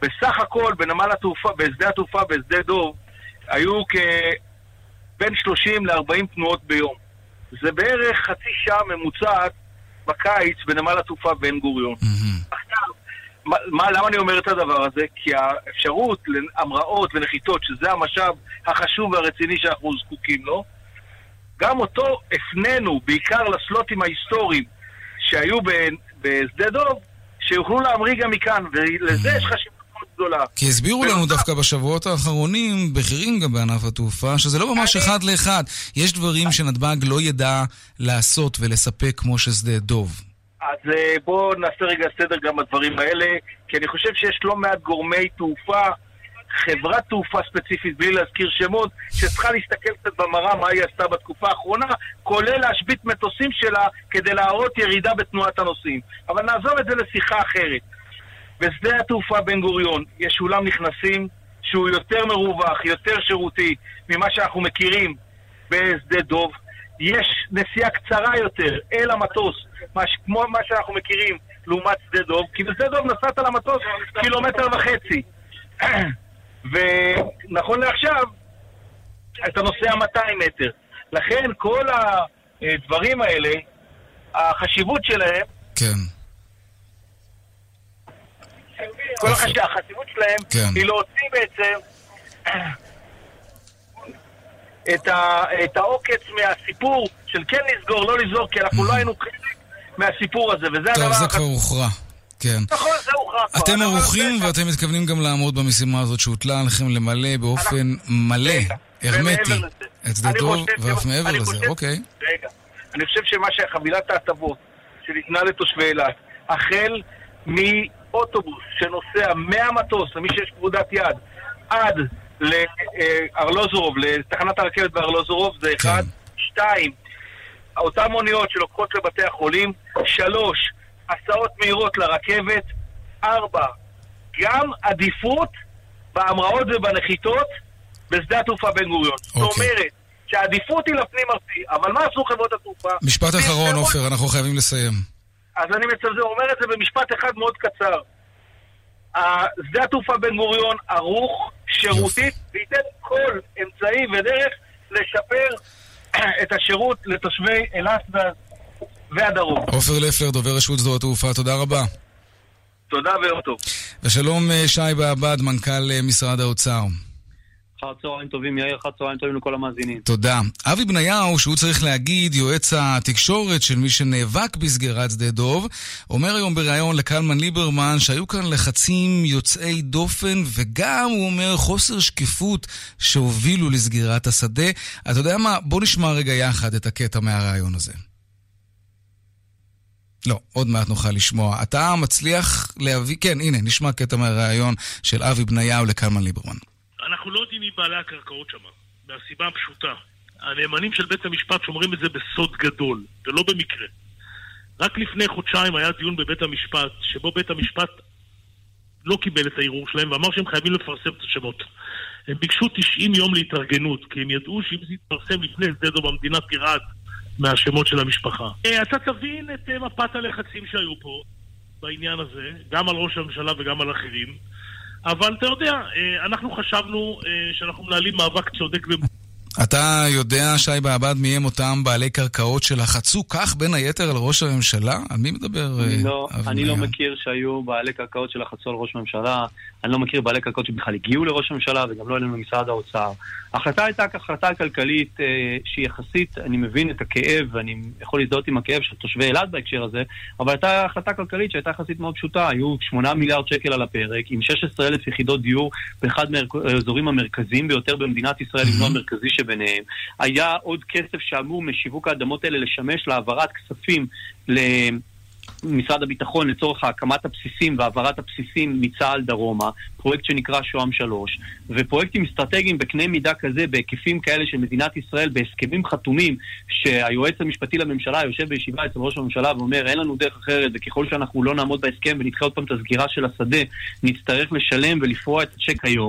S15: בסך הכל, בנמל התעופה, בשדה התעופה, בשדה דוב, היו כבין שלושים ל-ארבעים תנועות ביום. זה בערך חצי שעה ממוצעת בקיץ בנמל התעופה בן גוריון. עכשיו, מה, למה אני אומר את הדבר הזה? כי האפשרות להמראות ונחיתות, שזה המשאב החשוב והרציני שאנחנו זקוקים לו, גם אותו הפנינו בעיקר לסלוטים ההיסטוריים שהיו בשדה דוב, שיוכלו להמריא גם מכאן, ולזה יש חשיבות מאוד גדולה.
S2: כי הסבירו לנו דווקא בשבועות האחרונים, בכירים גם בענף התעופה, שזה לא ממש אחד לאחד. יש דברים שנתב"ג לא ידע לעשות ולספק כמו ששדה דוב.
S15: אז בואו נעשה רגע סדר גם בדברים האלה, כי אני חושב שיש לא מעט גורמי תעופה, חברת תעופה ספציפית, בלי להזכיר שמות, שצריכה להסתכל קצת במראה מה היא עשתה בתקופה האחרונה, כולל להשבית מטוסים שלה כדי להראות ירידה בתנועת הנוסעים. אבל נעזוב את זה לשיחה אחרת. בשדה התעופה בן גוריון יש אולם נכנסים שהוא יותר מרווח, יותר שירותי ממה שאנחנו מכירים בשדה דוב. יש נסיעה קצרה יותר אל המטוס, כמו מה שאנחנו מכירים לעומת שדה דוב, כי בשדה דוב נסעת על המטוס קילומטר וחצי. ונכון לעכשיו, אתה נוסע מאתיים מטר. לכן כל הדברים האלה, החשיבות שלהם,
S2: כן.
S15: כל החשיבות שלהם כן. היא להוציא בעצם את, ה, את העוקץ מהסיפור של כן לסגור, לא לסגור, כי אנחנו mm-hmm. לא היינו חלק מהסיפור הזה, וזה
S2: טוב,
S15: הדבר
S2: זה כבר הוכרע. כן.
S15: נכון, זה הוכרע.
S2: אתם ערוכים ואתם מתכוונים גם לעמוד במשימה הזאת שהוטלה עליכם למלא באופן מלא, הרמטי, את שדה דוב ואף מעבר לזה, אוקיי.
S15: רגע, אני חושב שמה שהחבילת ההטבות שניתנה לתושבי אילת, החל מאוטובוס שנוסע מהמטוס למי שיש כבודת יד, עד לארלוזורוב, לתחנת הרכבת בארלוזורוב, זה אחד, שתיים, אותם מוניות שלוקחות לבתי החולים, שלוש, הסעות מהירות לרכבת, ארבע, גם עדיפות בהמראות ובנחיתות בשדה התעופה בן גוריון. זאת אומרת שהעדיפות היא לפנים ארצי, אבל מה עשו חברות התעופה?
S2: משפט אחרון, עופר, אנחנו חייבים לסיים.
S15: אז אני מצלזר, אומר את זה במשפט אחד מאוד קצר. שדה התעופה בן גוריון ערוך שירותית, וייתן כל אמצעי ודרך לשפר את השירות לתושבי אילת והדרום.
S2: עופר לפלר, דובר רשות שדות התעופה, תודה רבה.
S15: תודה ויום טוב.
S2: ושלום שי בעבד, מנכ"ל משרד האוצר.
S16: אחר צהריים טובים, יאיר, אחר צהריים טובים לכל המאזינים.
S2: תודה. אבי בניהו, שהוא צריך להגיד, יועץ התקשורת של מי שנאבק בסגירת שדה דוב, אומר היום בריאיון לקלמן ליברמן שהיו כאן לחצים יוצאי דופן, וגם, הוא אומר, חוסר שקיפות שהובילו לסגירת השדה. אתה יודע מה? בוא נשמע רגע יחד את הקטע מהריאיון הזה. לא, עוד מעט נוכל לשמוע. אתה מצליח להביא, כן, הנה, נשמע קטע מהריאיון של אבי בניהו לקלמן ליברמן.
S17: אנחנו לא יודעים מי בעלי הקרקעות שם, מהסיבה הפשוטה. הנאמנים של בית המשפט שומרים את זה בסוד גדול, ולא במקרה. רק לפני חודשיים היה דיון בבית המשפט, שבו בית המשפט לא קיבל את הערעור שלהם, ואמר שהם חייבים לפרסם את השמות. הם ביקשו תשעים יום להתארגנות, כי הם ידעו שאם זה יתפרסם לפני שדה דוב, המדינה תירעד מהשמות של המשפחה. אתה תבין את מפת הלחצים שהיו פה, בעניין הזה, גם על ראש הממשלה וגם על אחרים. אבל אתה יודע, אנחנו חשבנו שאנחנו מנהלים מאבק צודק ו...
S2: אתה יודע, שי בעבד, מי הם אותם בעלי קרקעות שלחצו כך בין היתר על ראש הממשלה? על מי מדבר?
S16: לא, אני לא מכיר שהיו בעלי קרקעות שלחצו על ראש הממשלה. אני לא מכיר בעלי קרקעות שבכלל הגיעו לראש הממשלה וגם לא אלינו למשרד האוצר. ההחלטה הייתה החלטה כלכלית שהיא יחסית, אני מבין את הכאב, ואני יכול להזדהות עם הכאב של תושבי אילת בהקשר הזה, אבל הייתה החלטה כלכלית שהייתה יחסית מאוד פשוטה. היו שמונה מיליארד שקל על הפרק, עם שש עשרה אלף יחידות דיור באחד מהאזורים המרכזיים ביותר במדינת ישראל, אם לא המרכזי שביניהם. היה עוד כסף שאמור משיווק האדמות האלה לשמש להעברת כספים למשרד הביטחון לצורך הקמת הבסיסים והעברת הבסיסים מצה"ל דרומה, פרויקט שנקרא שוהם שלוש, ופרויקטים אסטרטגיים בקנה מידה כזה, בהיקפים כאלה של מדינת ישראל, בהסכמים חתומים, שהיועץ המשפטי לממשלה יושב בישיבה אצל ראש הממשלה ואומר, אין לנו דרך אחרת, וככל שאנחנו לא נעמוד בהסכם ונדחה עוד פעם את הסגירה של השדה, נצטרך לשלם ולפרוע את הצ'ק היום.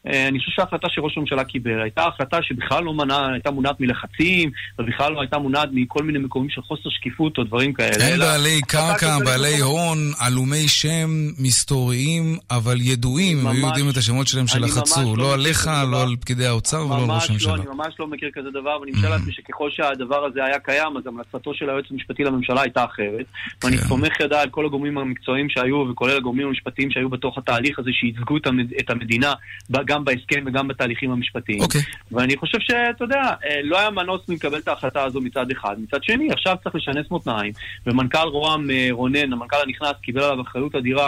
S16: אני חושב שההחלטה שראש הממשלה קיבל הייתה החלטה שבכלל לא מנעה, הייתה מונעת מלחצים, ובכלל לא הייתה מונעת מכל מיני מקומים של חוסר שקיפות או דברים כאלה.
S2: אין בעלי קרקע, בעלי הון, עלומי שם, מסתוריים, אבל ידועים, היו יודעים את השמות שלהם שלחצו, לא עליך, לא על פקידי האוצר ולא על ראש הממשלה.
S16: אני ממש לא מכיר כזה דבר, ואני משאל לעצמי שככל שהדבר הזה היה קיים, אז המלצתו של היועץ המשפטי לממשלה הייתה אחרת, ואני סומך ידע על כל הגורמים המקצועיים שהיו, וכולל הגורמים המשפטיים שהיו בתוך התהליך הזה, שייצגו את המדינה, גם בהסכם וגם בתהליכים המשפטיים. ואני חושב שאתה יודע, לא היה מנוס מקבל את ההחלטה הזו מצד אחד. מצד שני, עכשיו צריך לשנס מותניים, ומנכ"ל רוה"מ רונן, המנכ"ל הנכנס, קיבל עליו אחריות אדירה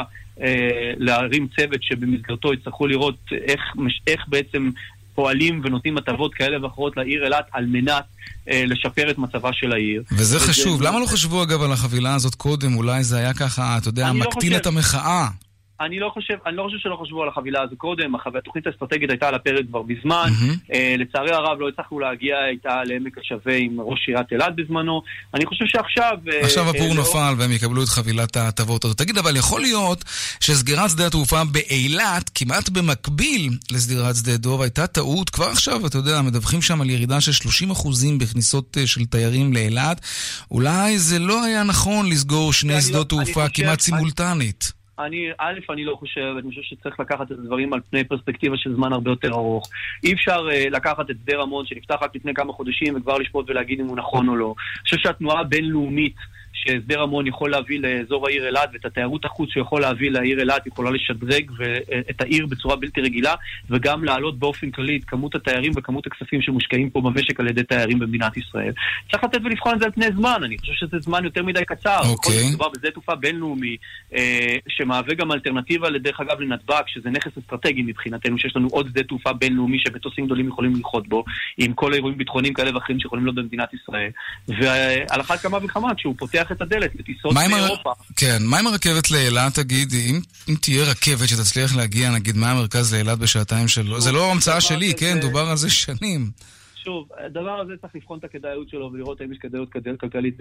S16: להרים צוות שבמסגרתו יצטרכו לראות איך, איך בעצם פועלים ונותנים הטבות כאלה ואחרות לעיר אילת על מנת אה, לשפר את מצבה של העיר.
S2: וזה חשוב. למה לא חשבו אגב על החבילה הזאת קודם? אולי זה היה ככה, אתה יודע, מקטין
S16: לא
S2: את המחאה.
S16: אני לא חושב, אני לא חושב שלא חשבו על החבילה הזו קודם, התוכנית האסטרטגית הייתה על הפרק כבר בזמן, mm-hmm. אה, לצערי הרב לא הצלחנו להגיע איתה לעמק השווה עם ראש עיריית אילת בזמנו, אני חושב שעכשיו...
S2: עכשיו הפור
S16: אה,
S2: נפל לא... והם יקבלו את חבילת ההטבות הזאת. תגיד, אבל יכול להיות שסגירת שדה התעופה באילת, כמעט במקביל לסגירת שדה דוב, הייתה טעות, כבר עכשיו, אתה יודע, מדווחים שם על ירידה של שלושים אחוזים בכניסות של תיירים לאילת, אולי זה לא היה נכון לסגור שני שדות לא, תעופה כמעט סימולטנית.
S16: אני, א', אני לא חושב, אני חושב שצריך לקחת את הדברים על פני פרספקטיבה של זמן הרבה יותר ארוך. אי אפשר uh, לקחת את שדה רמון שנפתח רק לפני כמה חודשים וכבר לשפוט ולהגיד אם הוא נכון או לא. אני חושב שהתנועה הבינלאומית ששדה רמון יכול להביא לאזור העיר אילת, ואת התיירות החוץ שיכול להביא לעיר אילת, יכולה לשדרג את העיר בצורה בלתי רגילה, וגם להעלות באופן כללי את כמות התיירים וכמות הכספים שמושקעים פה במשק על ידי תיירים במדינת ישראל. צריך לתת ולבחון את זה על פני זמן, אני חושב שזה זמן יותר מדי קצר.
S2: אוקיי.
S16: מדובר בזה תעופה בינלאומי, אה, שמהווה גם אלטרנטיבה לדרך אגב לנתב"ג, שזה נכס אסטרטגי מבחינתנו, שיש לנו עוד שדה תעופה בינלאומי שמטוסים גדולים יכולים לנחות בו, עם כל האירועים ביטחוניים כאלה ואחרים שיכולים להיות במדינת ישראל. ועל אחת כמה וכמה, כשהוא פותח את הדלת לטיסות מאירופה.
S2: כן, מה עם הרכבת לאילת, תגיד, אם, אם תהיה רכבת שתצליח להגיע, נגיד, מהמרכז לאילת בשעתיים שלו, זה לא המצאה שלי, כן, דובר על זה שנים.
S16: שוב, הדבר הזה צריך לבחון את הכדאיות שלו ולראות האם יש כדאיות כלכלית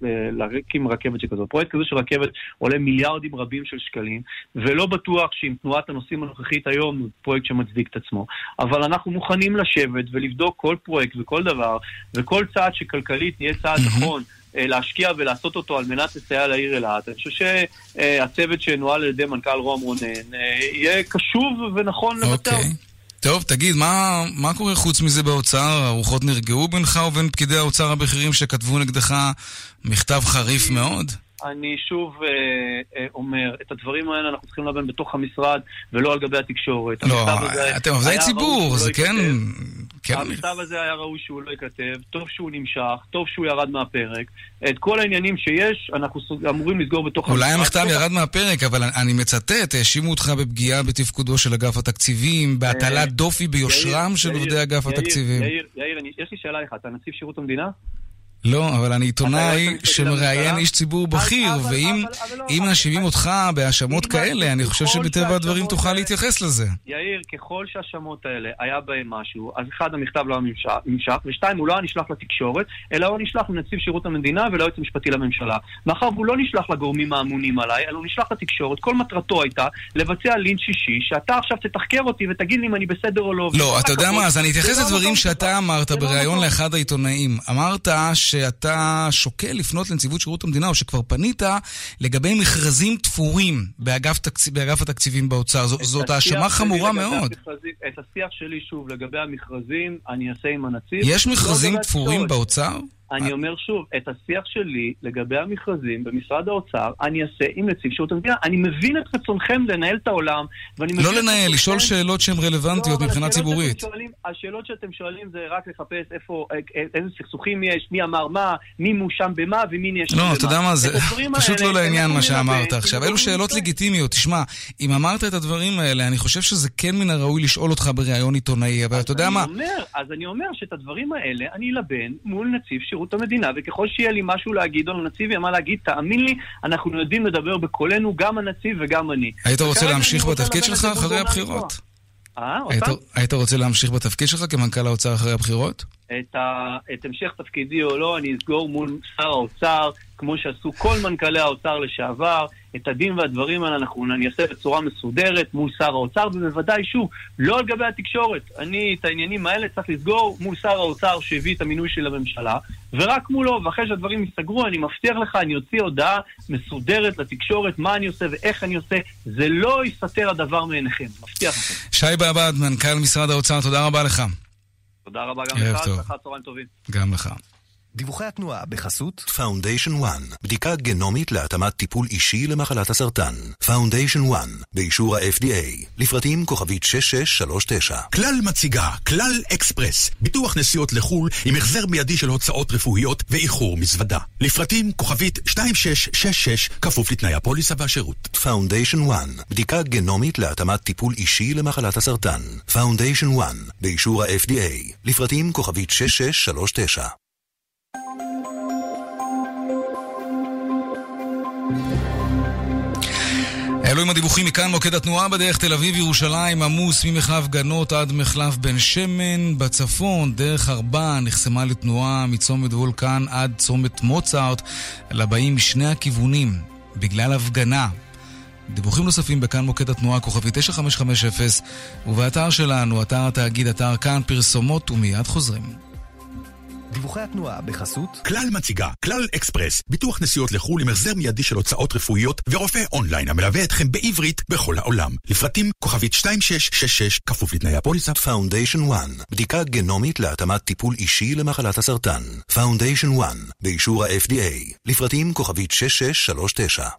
S16: להקים רכבת שכזאת. פרויקט כזה של רכבת עולה מיליארדים רבים של שקלים, ולא בטוח שעם תנועת הנושאים הנוכחית היום הוא פרויקט שמצדיק את עצמו. אבל אנחנו מוכנים לשבת ולבדוק כל פרויקט וכל דבר, וכל צעד שכלכלית נהיה צעד נכון, להשקיע ולעשות אותו על מנת לסייע לעיר אילת. אני חושב שהצוות שנועל על ידי מנכ"ל רוה"מ רונן יהיה קשוב ונכון לבצע.
S2: טוב, תגיד, מה, מה קורה חוץ מזה באוצר? הרוחות נרגעו בינך ובין פקידי האוצר הבכירים שכתבו נגדך מכתב חריף מאוד?
S16: אני שוב אה, אה, אומר, את הדברים האלה אנחנו צריכים לבן בתוך המשרד ולא על גבי התקשורת.
S2: לא, אתם עובדי ציבור, זה כן...
S16: המכתב הזה היה ראוי שהוא לא ייכתב, טוב שהוא נמשך, טוב שהוא ירד מהפרק. את כל העניינים שיש, אנחנו אמורים לסגור בתוך...
S2: אולי המכתב ירד מהפרק, אבל אני מצטט, האשימו אותך בפגיעה בתפקודו של אגף התקציבים, בהטלת דופי ביושרם של עובדי אגף התקציבים.
S16: יאיר, יאיר, יש לי שאלה לך, אתה נציב שירות המדינה?
S2: לא, אבל אני עיתונאי שמראיין איש ציבור בכיר, ואם מאשימים אותך בהאשמות כאלה, אני חושב שבטבע הדברים תוכל להתייחס לזה.
S16: יאיר, ככל שהאשמות האלה היה בהם משהו, אז אחד, המכתב לא נמשך, ושתיים, הוא לא נשלח לתקשורת, אלא הוא נשלח לנציב שירות המדינה וליועץ המשפטי לממשלה. מאחר הוא לא נשלח לגורמים האמונים עליי, אלא הוא נשלח לתקשורת, כל מטרתו הייתה לבצע לינץ' שישי, שאתה עכשיו תתחקר אותי ותגיד לי אם אני בסדר או לא.
S2: לא, אתה יודע מה, אז אני אתייחס לדברים שאתה אמרת בראיון לאחד העיתונאים. אמרת שאתה שוקל לפנות לנציבות שירות המדינה, או שכבר פנית לגבי מכרזים תפורים באגף, תקציב, באגף התקציבים באוצר. ז, זאת האשמה חמורה מאוד.
S16: המכרזים, את השיח שלי שוב לגבי המכרזים, אני אעשה עם הנציב.
S2: יש מכרזים לא תפורים באוצר?
S16: אני אומר שוב, את השיח שלי לגבי המכרזים במשרד האוצר, אני אעשה עם נציב שירות המדינה. אני מבין את רצונכם לנהל את העולם, ואני
S2: לא לנהל, לשאול שאלות שהן רלוונטיות מבחינה ציבורית.
S16: השאלות שאתם שואלים זה רק לחפש איפה, איזה סכסוכים יש, מי אמר מה, מי מושם במה ומי נהיה שם במה.
S2: לא, אתה יודע מה, זה פשוט לא לעניין מה שאמרת עכשיו. אלו שאלות לגיטימיות. תשמע, אם אמרת את הדברים האלה, אני חושב שזה כן מן הראוי לשאול אותך בראיון עיתונאי, אבל אתה יודע מה?
S16: אז אני אומר שאת הדברים האלה אני אלבן מול נציב שירות המדינה, וככל שיהיה לי משהו להגיד או לנציב יהיה מה להגיד, תאמין לי, אנחנו יודעים לדבר בקולנו, גם הנציב וגם אני.
S2: היית רוצה להמשיך בתפקיד שלך אחרי הבחירות?
S16: אה, אותה?
S2: היית רוצה להמשיך בתפקיד שלך כמנכ"ל האוצר אחרי הבחירות?
S16: את המשך תפקידי או לא, אני אסגור מול שר האוצר, כמו שעשו כל מנכ"לי האוצר לשעבר, את הדין והדברים האלה אנחנו נעשה בצורה מסודרת מול שר האוצר, ובוודאי שוב, לא על גבי התקשורת. אני את העניינים האלה צריך לסגור מול שר האוצר שהביא את המינוי של הממשלה, ורק מולו, ואחרי שהדברים יסגרו, אני מבטיח לך, אני אוציא הודעה מסודרת לתקשורת, מה אני עושה ואיך אני עושה, זה לא יסתר הדבר מעיניכם, מבטיח לכם.
S2: שי בעבד, מנכ"ל משרד האוצר, תודה רבה לך.
S16: תודה רבה גם לך, שלך צהריים טובים.
S2: גם לך.
S6: דיווחי התנועה בחסות Foundation One, בדיקה גנומית להתאמת טיפול אישי למחלת הסרטן. Foundation One, באישור ה-אף די איי, לפרטים כוכבית שש שש שלוש תשע.
S18: כלל מציגה, כלל אקספרס, ביטוח נסיעות לחול עם החזר מיידי של הוצאות רפואיות ואיחור מזוודה. לפרטים כוכבית שתיים שש שש שש, כפוף לתנאי הפוליסה והשירות.
S6: Foundation One, בדיקה גנומית להתאמת טיפול אישי למחלת הסרטן. Foundation One, באישור ה-אף די איי, לפרטים כוכבית שש שש שלוש תשע.
S2: אלו עם הדיווחים מכאן מוקד התנועה בדרך תל אביב ירושלים עמוס ממחלף גנות עד מחלף בן שמן. בצפון דרך ארבע נחסמה לתנועה מצומת וולקן עד צומת מוצרט לבאים משני הכיוונים בגלל הפגנה. דיווחים נוספים בכאן מוקד התנועה כוכבי תשע חמש חמש אפס ובאתר שלנו, אתר התאגיד, אתר כאן, פרסומות ומיד חוזרים.
S6: דיווחי התנועה בחסות
S18: כלל מציגה, כלל אקספרס, ביטוח נסיעות לחול עם החזר מיידי של הוצאות רפואיות ורופא אונליין המלווה אתכם בעברית בכל העולם. לפרטים כוכבית שתיים שש שש שש, כפוף לתנאי הפוליסה.
S6: Foundation One, בדיקה גנומית להתאמת טיפול אישי למחלת הסרטן. Foundation One, באישור ה-אף די איי, לפרטים כוכבית שש שש שלוש תשע.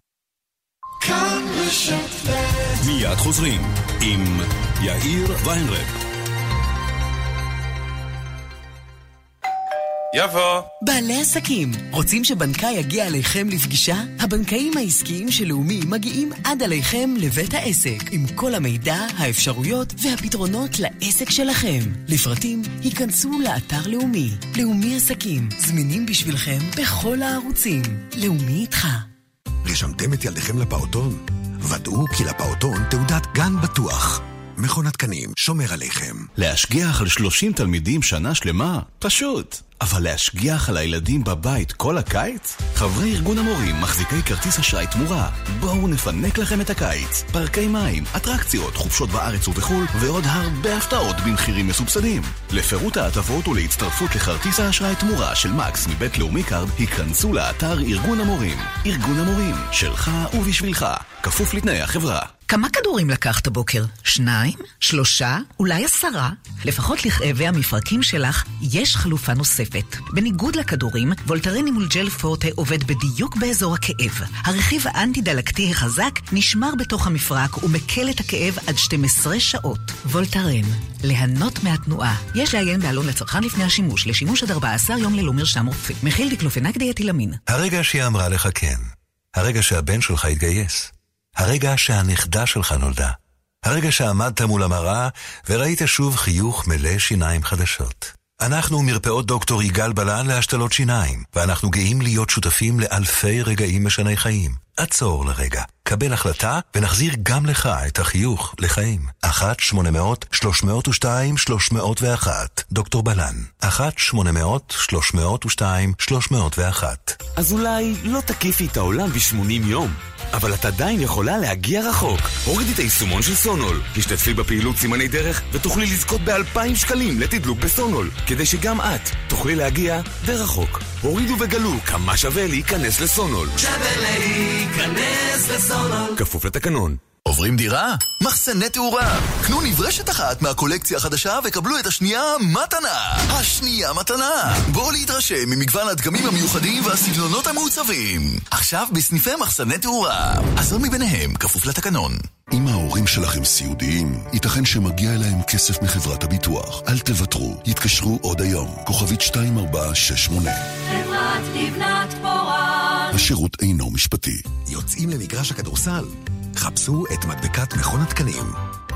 S9: מיד חוזרים עם יאיר ויינרב.
S19: יבוא.
S20: בעלי עסקים, רוצים שבנקאי יגיע אליכם לפגישה? הבנקאים העסקיים של לאומי מגיעים עד אליכם לבית העסק, עם כל המידע, האפשרויות והפתרונות לעסק שלכם. לפרטים, היכנסו לאתר לאומי. לאומי עסקים, זמינים בשבילכם בכל הערוצים. לאומי איתך.
S21: רשמתם את ילדיכם לפעוטון? ודאו כי לפעוטון תעודת גן בטוח. מכון התקנים שומר עליכם.
S13: להשגיח על שלושים תלמידים שנה שלמה? פשוט. אבל להשגיח על הילדים בבית כל הקיץ? חברי ארגון המורים מחזיקי כרטיס אשראי תמורה. בואו נפנק לכם את הקיץ. פארקי מים, אטרקציות, חופשות בארץ ובחול, ועוד הרבה הפתעות במחירים מסובסדים. לפירוט ההטבות ולהצטרפות לכרטיס האשראי תמורה של מקס מבית לאומי קארד, היכנסו לאתר ארגון המורים. ארגון המורים, שלך ובשבילך. כפוף לתנאי החברה.
S20: כמה כדורים לקחת בוקר? שניים? שלושה? אולי עשרה? לפחות לכאבי המפרקים שלך יש חלופה נוספת. בניגוד לכדורים, וולטרן מול ג'ל פורטה עובד בדיוק באזור הכאב. הרכיב האנטי-דלקתי החזק נשמר בתוך המפרק ומקל את הכאב עד שתים עשרה שעות. וולטרן, ליהנות מהתנועה. יש לעיין בעלון לצרכן לפני השימוש, לשימוש עד ארבעה עשר יום ללא מרשם רופא. מכיל דיקלופנק דיאתילמין.
S21: הרגע שהיא אמרה לך כן. הרגע שהבן שלך התגייס. הרגע שהנכדה שלך נולדה. הרגע שעמדת מול המראה וראית שוב חיוך מלא שיניים חדשות. אנחנו מרפאות דוקטור יגאל בלן להשתלות שיניים, ואנחנו גאים להיות שותפים לאלפי רגעים משני חיים. עצור לרגע, קבל החלטה ונחזיר גם לך את החיוך לחיים. אחת שמונה מאות שלוש מאות ושתיים שלוש מאות ואחת, דוקטור בלן. אחת שמונה מאות שלוש מאות ושתיים שלוש מאות ואחת.
S22: אז אולי לא תקיפי את העולם ב-שמונים יום, אבל את עדיין יכולה להגיע רחוק. הורידי את היישומון של סונול, תשתתפי בפעילות סימני דרך ותוכלי לזכות באלפיים שקלים לתדלוק בסונול, כדי שגם את תוכלי להגיע די רחוק. הורידו וגלו כמה שווה להיכנס לסונול.
S1: שווה להיכנס לסונול.
S22: כפוף לתקנון.
S23: עוברים דירה? מחסני תאורה. קנו נברשת אחת מהקולקציה החדשה וקבלו את השנייה מתנה. השנייה מתנה. בואו להתרשם ממגוון הדגמים המיוחדים והסגנונות המעוצבים. עכשיו בסניפי מחסני תאורה. עשר מביניהם כפוף לתקנון.
S14: אם ההורים שלכם סיעודיים, ייתכן שמגיע אליהם כסף מחברת הביטוח. אל תוותרו, יתקשרו עוד היום. כוכבית שתיים ארבע שש שמונה.
S1: חברת לבנת פורן.
S14: השירות אינו משפטי.
S21: יוצאים למגרש הכדורסל? חפשו את מדבקת מכון התקנים.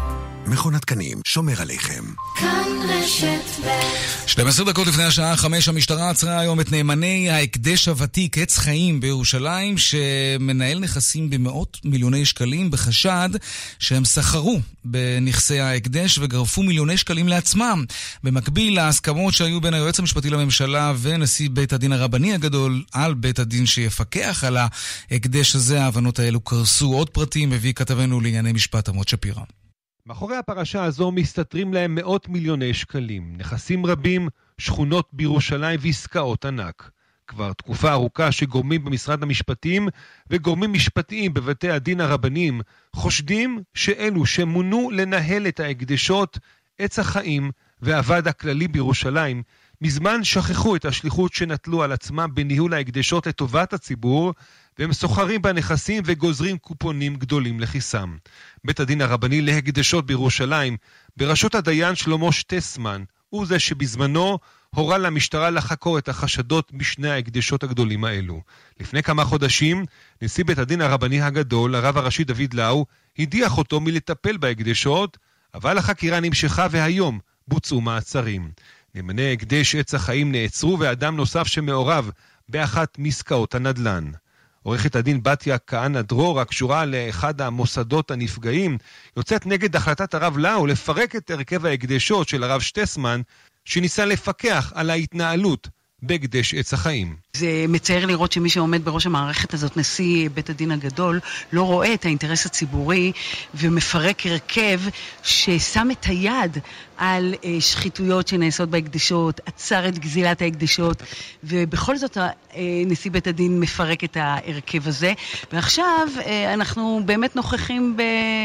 S23: מכון התקנים שומר עליכם.
S1: כאן רשת ב'
S2: שתים עשרה דקות לפני השעה חמש, המשטרה עצרה היום את נאמני ההקדש הוותיק עץ חיים בירושלים, שמנהל נכסים במאות מיליוני שקלים בחשד שהם סחרו בנכסי ההקדש וגרפו מיליוני שקלים לעצמם. במקביל להסכמות שהיו בין היועץ המשפטי לממשלה ונשיא בית הדין הרבני הגדול על בית הדין שיפקח על ההקדש הזה, ההבנות האלו קרסו. עוד פרטים מביא כתבנו לענייני משפט עמוד שפירא.
S4: מאחורי הפרשה הזו מסתתרים להם מאות מיליוני שקלים, נכסים רבים, שכונות בירושלים ועסקאות ענק. כבר תקופה ארוכה שגורמים במשרד המשפטים וגורמים משפטיים בבתי הדין הרבניים חושדים שאלו שמונו לנהל את ההקדשות, עץ החיים והוועד הכללי בירושלים, מזמן שכחו את השליחות שנטלו על עצמם בניהול ההקדשות לטובת הציבור, והם סוחרים בנכסים וגוזרים קופונים גדולים לכיסם. בית הדין הרבני להקדשות בירושלים, בראשות הדיין שלמה שטסמן, הוא זה שבזמנו הורה למשטרה לחקור את החשדות בשני ההקדשות הגדולים האלו. לפני כמה חודשים, נשיא בית הדין הרבני הגדול, הרב הראשי דוד לאו, הדיח אותו מלטפל בהקדשות, אבל החקירה נמשכה והיום בוצעו מעצרים. נאמני הקדש עץ החיים נעצרו, ואדם נוסף שמעורב באחת מעסקאות הנדל"ן. עורכת הדין בתיה כהנא דרור, הקשורה לאחד המוסדות הנפגעים, יוצאת נגד החלטת הרב לאו לפרק את הרכב ההקדשות של הרב שטסמן, שניסה לפקח על ההתנהלות בהקדש עץ החיים.
S5: זה מצער לראות שמי שעומד בראש המערכת הזאת, נשיא בית הדין הגדול, לא רואה את האינטרס הציבורי ומפרק הרכב ששם את היד על שחיתויות שנעשות בהקדשות, עצר את גזילת ההקדשות, ובכל זאת נשיא בית הדין מפרק את ההרכב הזה. ועכשיו אנחנו באמת נוכחים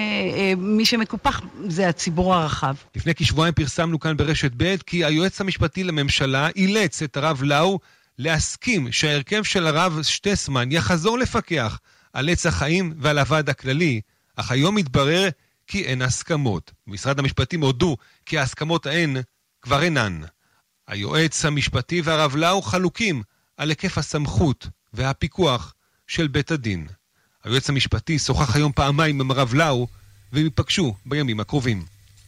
S5: במי שמקופח, זה הציבור הרחב.
S4: לפני כשבועיים פרסמנו כאן ברשת ב' כי היועץ המשפטי לממשלה אילץ את הרב לאו להסכים שההרכב של הרב שטסמן יחזור לפקח על עץ החיים ועל הוועד הכללי, אך היום מתברר כי אין הסכמות. משרד המשפטים הודו כי ההסכמות ההן כבר אינן. היועץ המשפטי והרב לאו חלוקים על היקף הסמכות והפיקוח של בית הדין. היועץ המשפטי שוחח היום פעמיים עם הרב לאו, והם ייפגשו בימים הקרובים.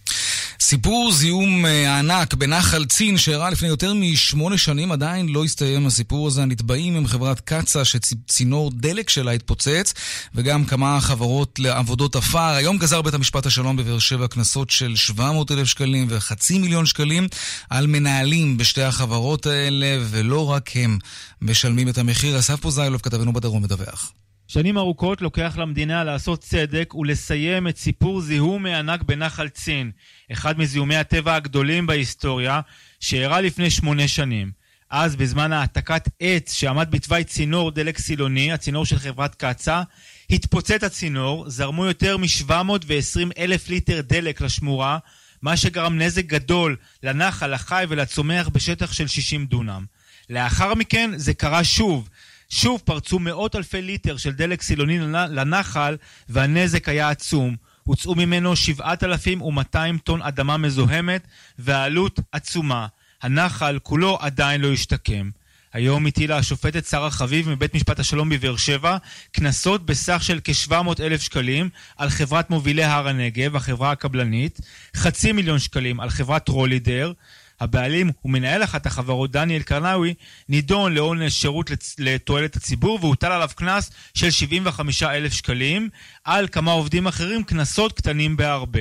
S2: סיפור זיהום הענק בנחל צין שאירע לפני יותר משמונה שנים, עדיין לא הסתיים הסיפור הזה. הנתבעים הם חברת קצה שצינור דלק שלה התפוצץ, וגם כמה חברות לעבודות אפר. היום גזר בית המשפט השלום בבאר שבע קנסות של שבע מאות אלף שקלים וחצי מיליון שקלים על מנהלים בשתי החברות האלה, ולא רק הם משלמים את המחיר. אסף פוזיילוב כתבנו בדרום מדווח.
S19: שנים ארוכות לוקח למדינה לעשות צדק ולסיים את סיפור זיהום הענק בנחל צין, אחד מזיהומי הטבע הגדולים בהיסטוריה, שאירע לפני שמונה שנים. אז בזמן העתקת עץ שעמד בתוואי צינור דלק סילוני, הצינור של חברת קצה, התפוצץ הצינור, זרמו יותר מ-שבע מאות ועשרים אלף ליטר דלק לשמורה, מה שגרם נזק גדול לנחל, לחי ולצומח בשטח של שישים דונם. לאחר מכן זה קרה שוב, שוב פרצו מאות אלפי ליטר של דלק סילוני לנחל, והנזק היה עצום. הוצאו ממנו שבעת אלפים ומאתיים טון אדמה מזוהמת, והעלות עצומה. הנחל כולו עדיין לא השתקם. היום הטילה השופטת שרה חביב מבית משפט השלום בבאר שבע קנסות בסך של כ-שבע מאות אלף שקלים על חברת מובילי הר הנגב, החברה הקבלנית, חצי מיליון שקלים על חברת רולידר. הבעלים ומנהל אחת החברות דניאל קרנאווי נידון לעונש שירות לתועלת הציבור, והוטל עליו קנס של שבעים וחמישה אלף שקלים. על כמה עובדים אחרים קנסות קטנים בהרבה.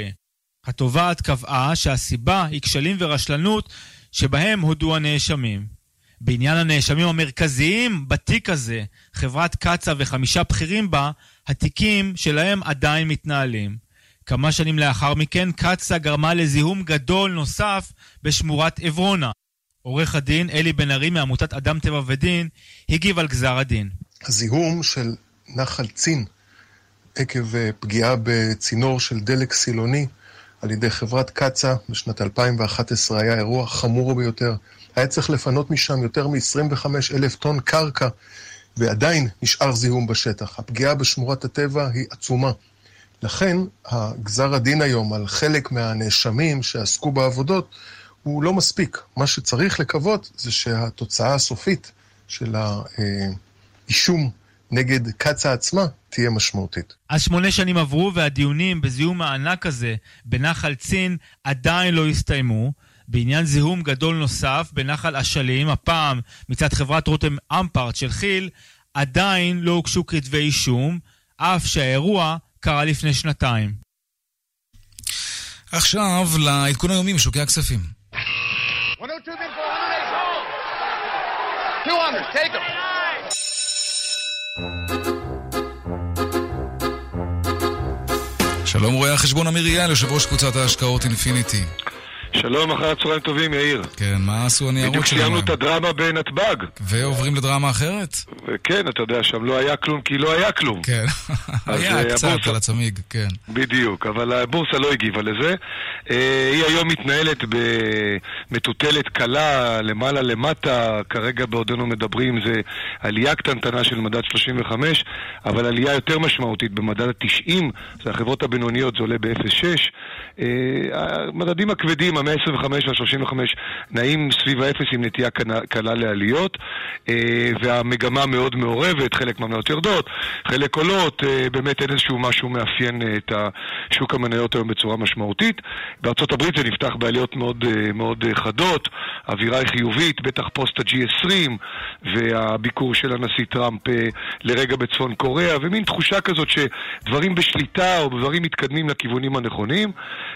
S19: התובעת קבעה שהסיבה היא כשלים ורשלנות שבהם הודו הנאשמים. בעניין הנאשמים המרכזיים בתיק הזה, חברת קצה וחמישה בכירים בה, התיקים שלהם עדיין מתנהלים. כמה שנים לאחר מכן, קצה גרמה לזיהום גדול נוסף בשמורת עברונה. עורך הדין אלי בן ארי מעמותת אדם טבע ודין הגיב על גזר הדין.
S24: הזיהום של נחל צין עקב פגיעה בצינור של דלק סילוני על ידי חברת קצה בשנת אלפיים ואחת עשרה היה אירוע חמור ביותר. היה צריך לפנות משם יותר מ-עשרים וחמישה אלף טון קרקע, ועדיין נשאר זיהום בשטח. הפגיעה בשמורת הטבע היא עצומה. לכן, הגזר הדין היום על חלק מהנאשמים שעסקו בעבודות הוא לא מספיק. מה שצריך לקוות זה שהתוצאה הסופית של האישום נגד קצה עצמה תהיה משמעותית.
S19: אז שמונה שנים עברו והדיונים בזיהום הענק הזה בנחל צין עדיין לא הסתיימו. בעניין זיהום גדול נוסף בנחל אשלים, הפעם מצד חברת רותם אמפרט של חיל, עדיין לא הוגשו כתבי אישום, אף שהאירוע קרה לפני שנתיים.
S2: עכשיו לעדכון היומי משוקי הכספים. שלום רואה החשבון אמיר יעל, יושב ראש קבוצת ההשקעות אינפיניטי.
S3: שלום, אחר הצהריים טובים, יאיר.
S2: כן, מה עשו הניירות שלנו?
S3: בדיוק סיימנו את הדרמה בנתב"ג.
S2: ועוברים לדרמה אחרת?
S3: כן, אתה יודע, שם לא היה כלום, כי לא היה כלום.
S2: כן, היה קצת על הצמיג, כן.
S3: בדיוק, אבל הבורסה לא הגיבה לזה. היא היום מתנהלת במטוטלת קלה, למעלה למטה, כרגע בעודנו מדברים, זה עלייה קטנטנה של מדד שלושים וחמש, אבל עלייה יותר משמעותית במדד ה-תשעים, זה החברות הבינוניות, זה עולה ב-אפס נקודה שש. המדדים הכבדים, ה-מאה עשרים וחמש וה-שלושים וחמש, נעים סביב האפס עם נטייה קלה לעליות, והמגמה מאוד מעורבת, חלק מהמניות יורדות, חלק עולות, באמת אין איזשהו משהו מאפיין את השוק המניות היום בצורה משמעותית. בארצות הברית זה נפתח בעליות מאוד, מאוד חדות, אווירה היא חיובית, בטח פוסט ה-ג'י עשרים, והביקור של הנשיא טראמפ לרגע בצפון קוריאה, ומין תחושה כזאת שדברים בשליטה או דברים מתקדמים לכיוונים הנכונים.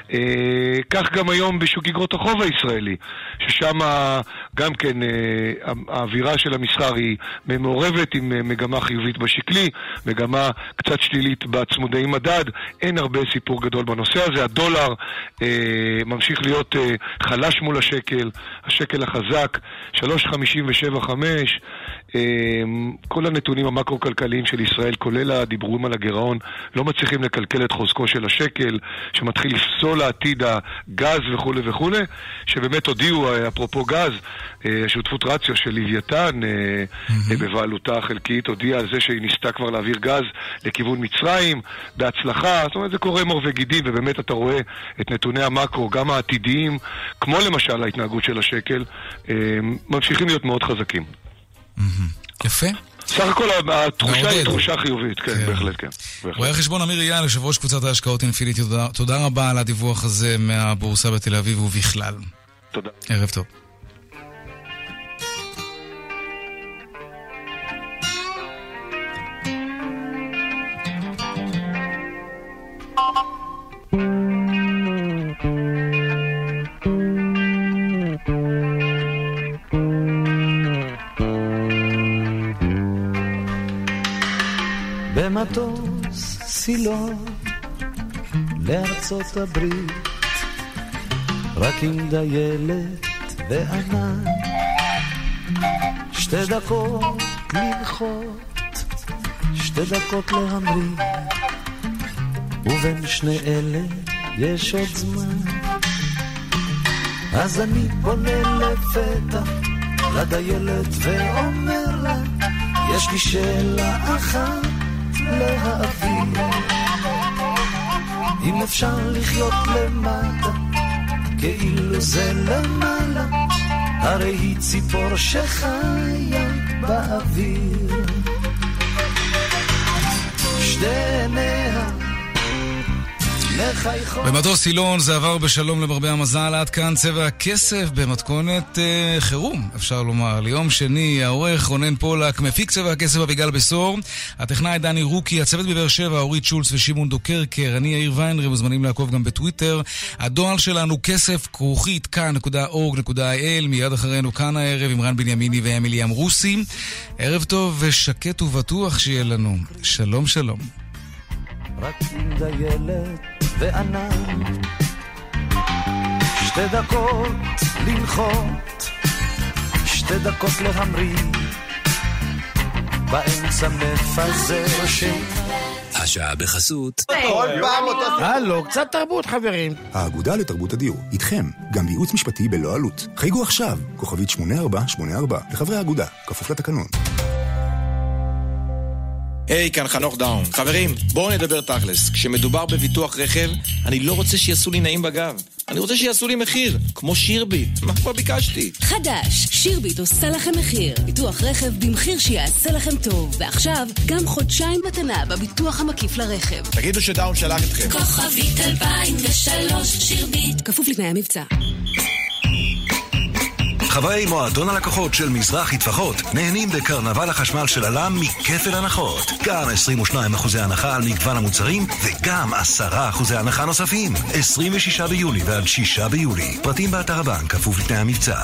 S3: כך גם היום בשוק אגרות החוב הישראלי, ששם גם כן האווירה של המסחר היא מעורבת עם מגמה חיובית בשקלי, מגמה קצת שלילית בצמודי מדד, אין הרבה סיפור גדול בנושא הזה. הדולר אה, ממשיך להיות אה, חלש מול השקל, השקל החזק, שלוש נקודה חמישים ושבע חמש. אה, כל הנתונים המקרו-כלכליים של ישראל, כולל הדיבורים על הגירעון, לא מצליחים לקלקל את חוזקו של השקל, שמתחיל לפסול לעתיד הגז וכו' וכו', שבאמת הודיעו, אפרופו גז, השותפות רציו של לוויתן, mm-hmm. בבעלותה החלקית, הודיעה על זה שהיא ניסתה כבר להעביר גז לכיוון מצרים, בהצלחה. זאת אומרת, זה קורה מור וגידים, ובאמת אתה רואה את נתוני המקרו, גם העתידיים, כמו למשל ההתנהגות של השקל, ממשיכים להיות מאוד חזקים.
S2: Mm-hmm. יפה.
S3: סך הכל התחושה היא תחושה חיובית, כן, בהחלט, כן.
S2: רואה חשבון אמיר יעל, יושב ראש קבוצת ההשקעות אינפיניטי, תודה רבה על הדיווח הזה מהבורסה בתל אביב ובכלל.
S3: תודה.
S2: ערב טוב.
S7: במטוס סילון לארצות הברית, רק עם דיילת וענן, שתי דקות לנחות, שתי דקות להמריא, ובין שני אלה יש עוד זמן. אז אני פונה לפתע לדיילת ואומר לה, יש לי שאלה אחת להעביר, אם אפשר לחיות למטה כאילו זה למעלה, הרי היא ציפור שחיה באוויר. שתי עיניה
S2: במטוס סילון זה עבר בשלום למרבה המזל. עד כאן צבע הכסף במתכונת אה, חירום, אפשר לומר. ליום שני, העורך רונן פולק, מפיק צבע הכסף אביגל בסור, הטכנאי דני רוקי, הצוות בבאר שבע אורית שולץ ושמעון דוקרקר, אני יאיר ויינרי, מוזמנים לעקוב גם בטוויטר. הדואל שלנו כסף כרוכית כאן נקודה אורג נקודה איי אל. מיד אחרינו כאן הערב עם רן בנימיני ואמילי אמרוסי. ערב טוב ושקט ובטוח שיהיה לנו. שלום שלום.
S7: רק עם דיילת וענן, שתי דקות לנחות, שתי דקות להמריא, באמצע מפזר שינה.
S6: השעה בחסות
S8: כל פעם אותו... הלו, קצת תרבות חברים.
S10: האגודה לתרבות הדיור, איתכם, גם בייעוץ משפטי בלא עלות. חייגו עכשיו, כוכבית שמונה ארבע שמונה ארבע, לחברי האגודה, כפוף לתקנון.
S8: היי, כאן חנוך דאון. חברים, בואו נדבר תכלס. כשמדובר בביטוח רכב, אני לא רוצה שיעשו לי נעים בגב. אני רוצה שיעשו לי מחיר, כמו שירביט. מה כבר ביקשתי?
S11: חדש, שירביט עושה לכם מחיר. ביטוח רכב במחיר שיעשה לכם טוב. ועכשיו, גם חודשיים מתנה בביטוח המקיף לרכב.
S8: תגידו שדאון שלח אתכם.
S11: כוכבית אלפיים ושלוש שירביט. כפוף לתנאי המבצע.
S21: חברי מועדון הלקוחות של מזרחי טפחות נהנים בקרנבל החשמל של אלם מכפל הנחות. גם עשרים ושניים אחוזי הנחה על מגוון המוצרים וגם עשרה אחוזי הנחה נוספים. עשרים ושישה ביולי ועד שישה ביולי. פרטים באתר הבנק, כפוף לתנאי המבצע.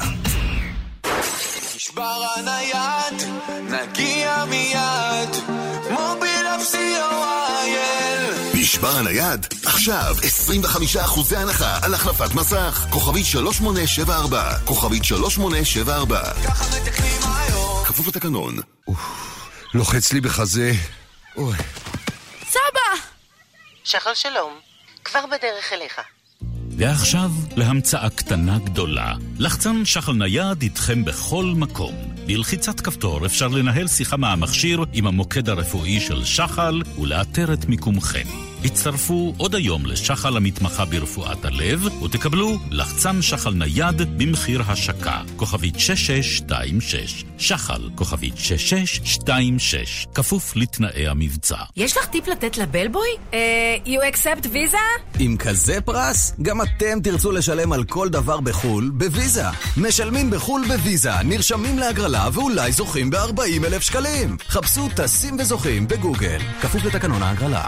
S12: נשבר הנייד, נגיע מיד, מוביל אפסי או
S23: נשבר הנייד? עכשיו עשרים וחמישה אחוזי הנחה על החלפת מסך. כוכבית שלוש שמונה שבע ארבע. כוכבית שלוש שמונה שבע ארבע.
S12: ככה מתקנים היום.
S23: כפוף לתקנון.
S15: לוחץ לי בחזה. אוי.
S17: סבא! שחר שלום, כבר בדרך אליך.
S25: ועכשיו להמצאה קטנה גדולה. לחצן שחל נייד איתכם בכל מקום. בלחיצת כפתור אפשר לנהל שיחה מהמכשיר עם המוקד הרפואי של שחל ולאתר את מיקומכם. הצטרפו עוד היום לשחל המתמחה ברפואת הלב ותקבלו לחצן שחל נייד במחיר השקה. כוכבית שש שש שתיים שש. שחל, כוכבית שש שש שתיים שש. כפוף לתנאי המבצע.
S17: יש לך טיפ לתת לבלבוי? אה, you accept visa?
S26: עם כזה פרס, גם אתם תרצו לשלם על כל דבר בחול בוויזה. משלמים בחול בוויזה, נרשמים להגרלה ואולי זוכים ב-ארבעים אלף שקלים. חפשו טסים וזוכים בגוגל. כפוף לתקנון ההגרלה.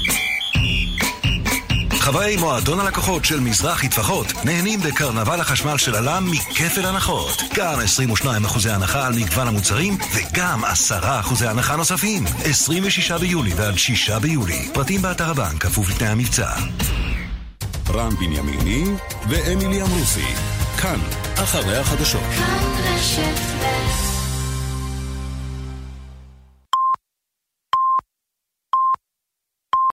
S21: חברי מועדון הלקוחות של מזרחי טפחות נהנים בקרנבל החשמל של אלם מכפל הנחות. גם עשרים ושניים אחוזי הנחה על מגוון המוצרים וגם עשרה אחוזי הנחה נוספים. עשרים ושישה ביולי ועד שישה ביולי. פרטים באתר הבנק, כפוף לתנאי המבצע.
S9: רן בנימיני ואמילי אמרוסי. כאן, אחרי החדשות.
S1: כאן רשת ב'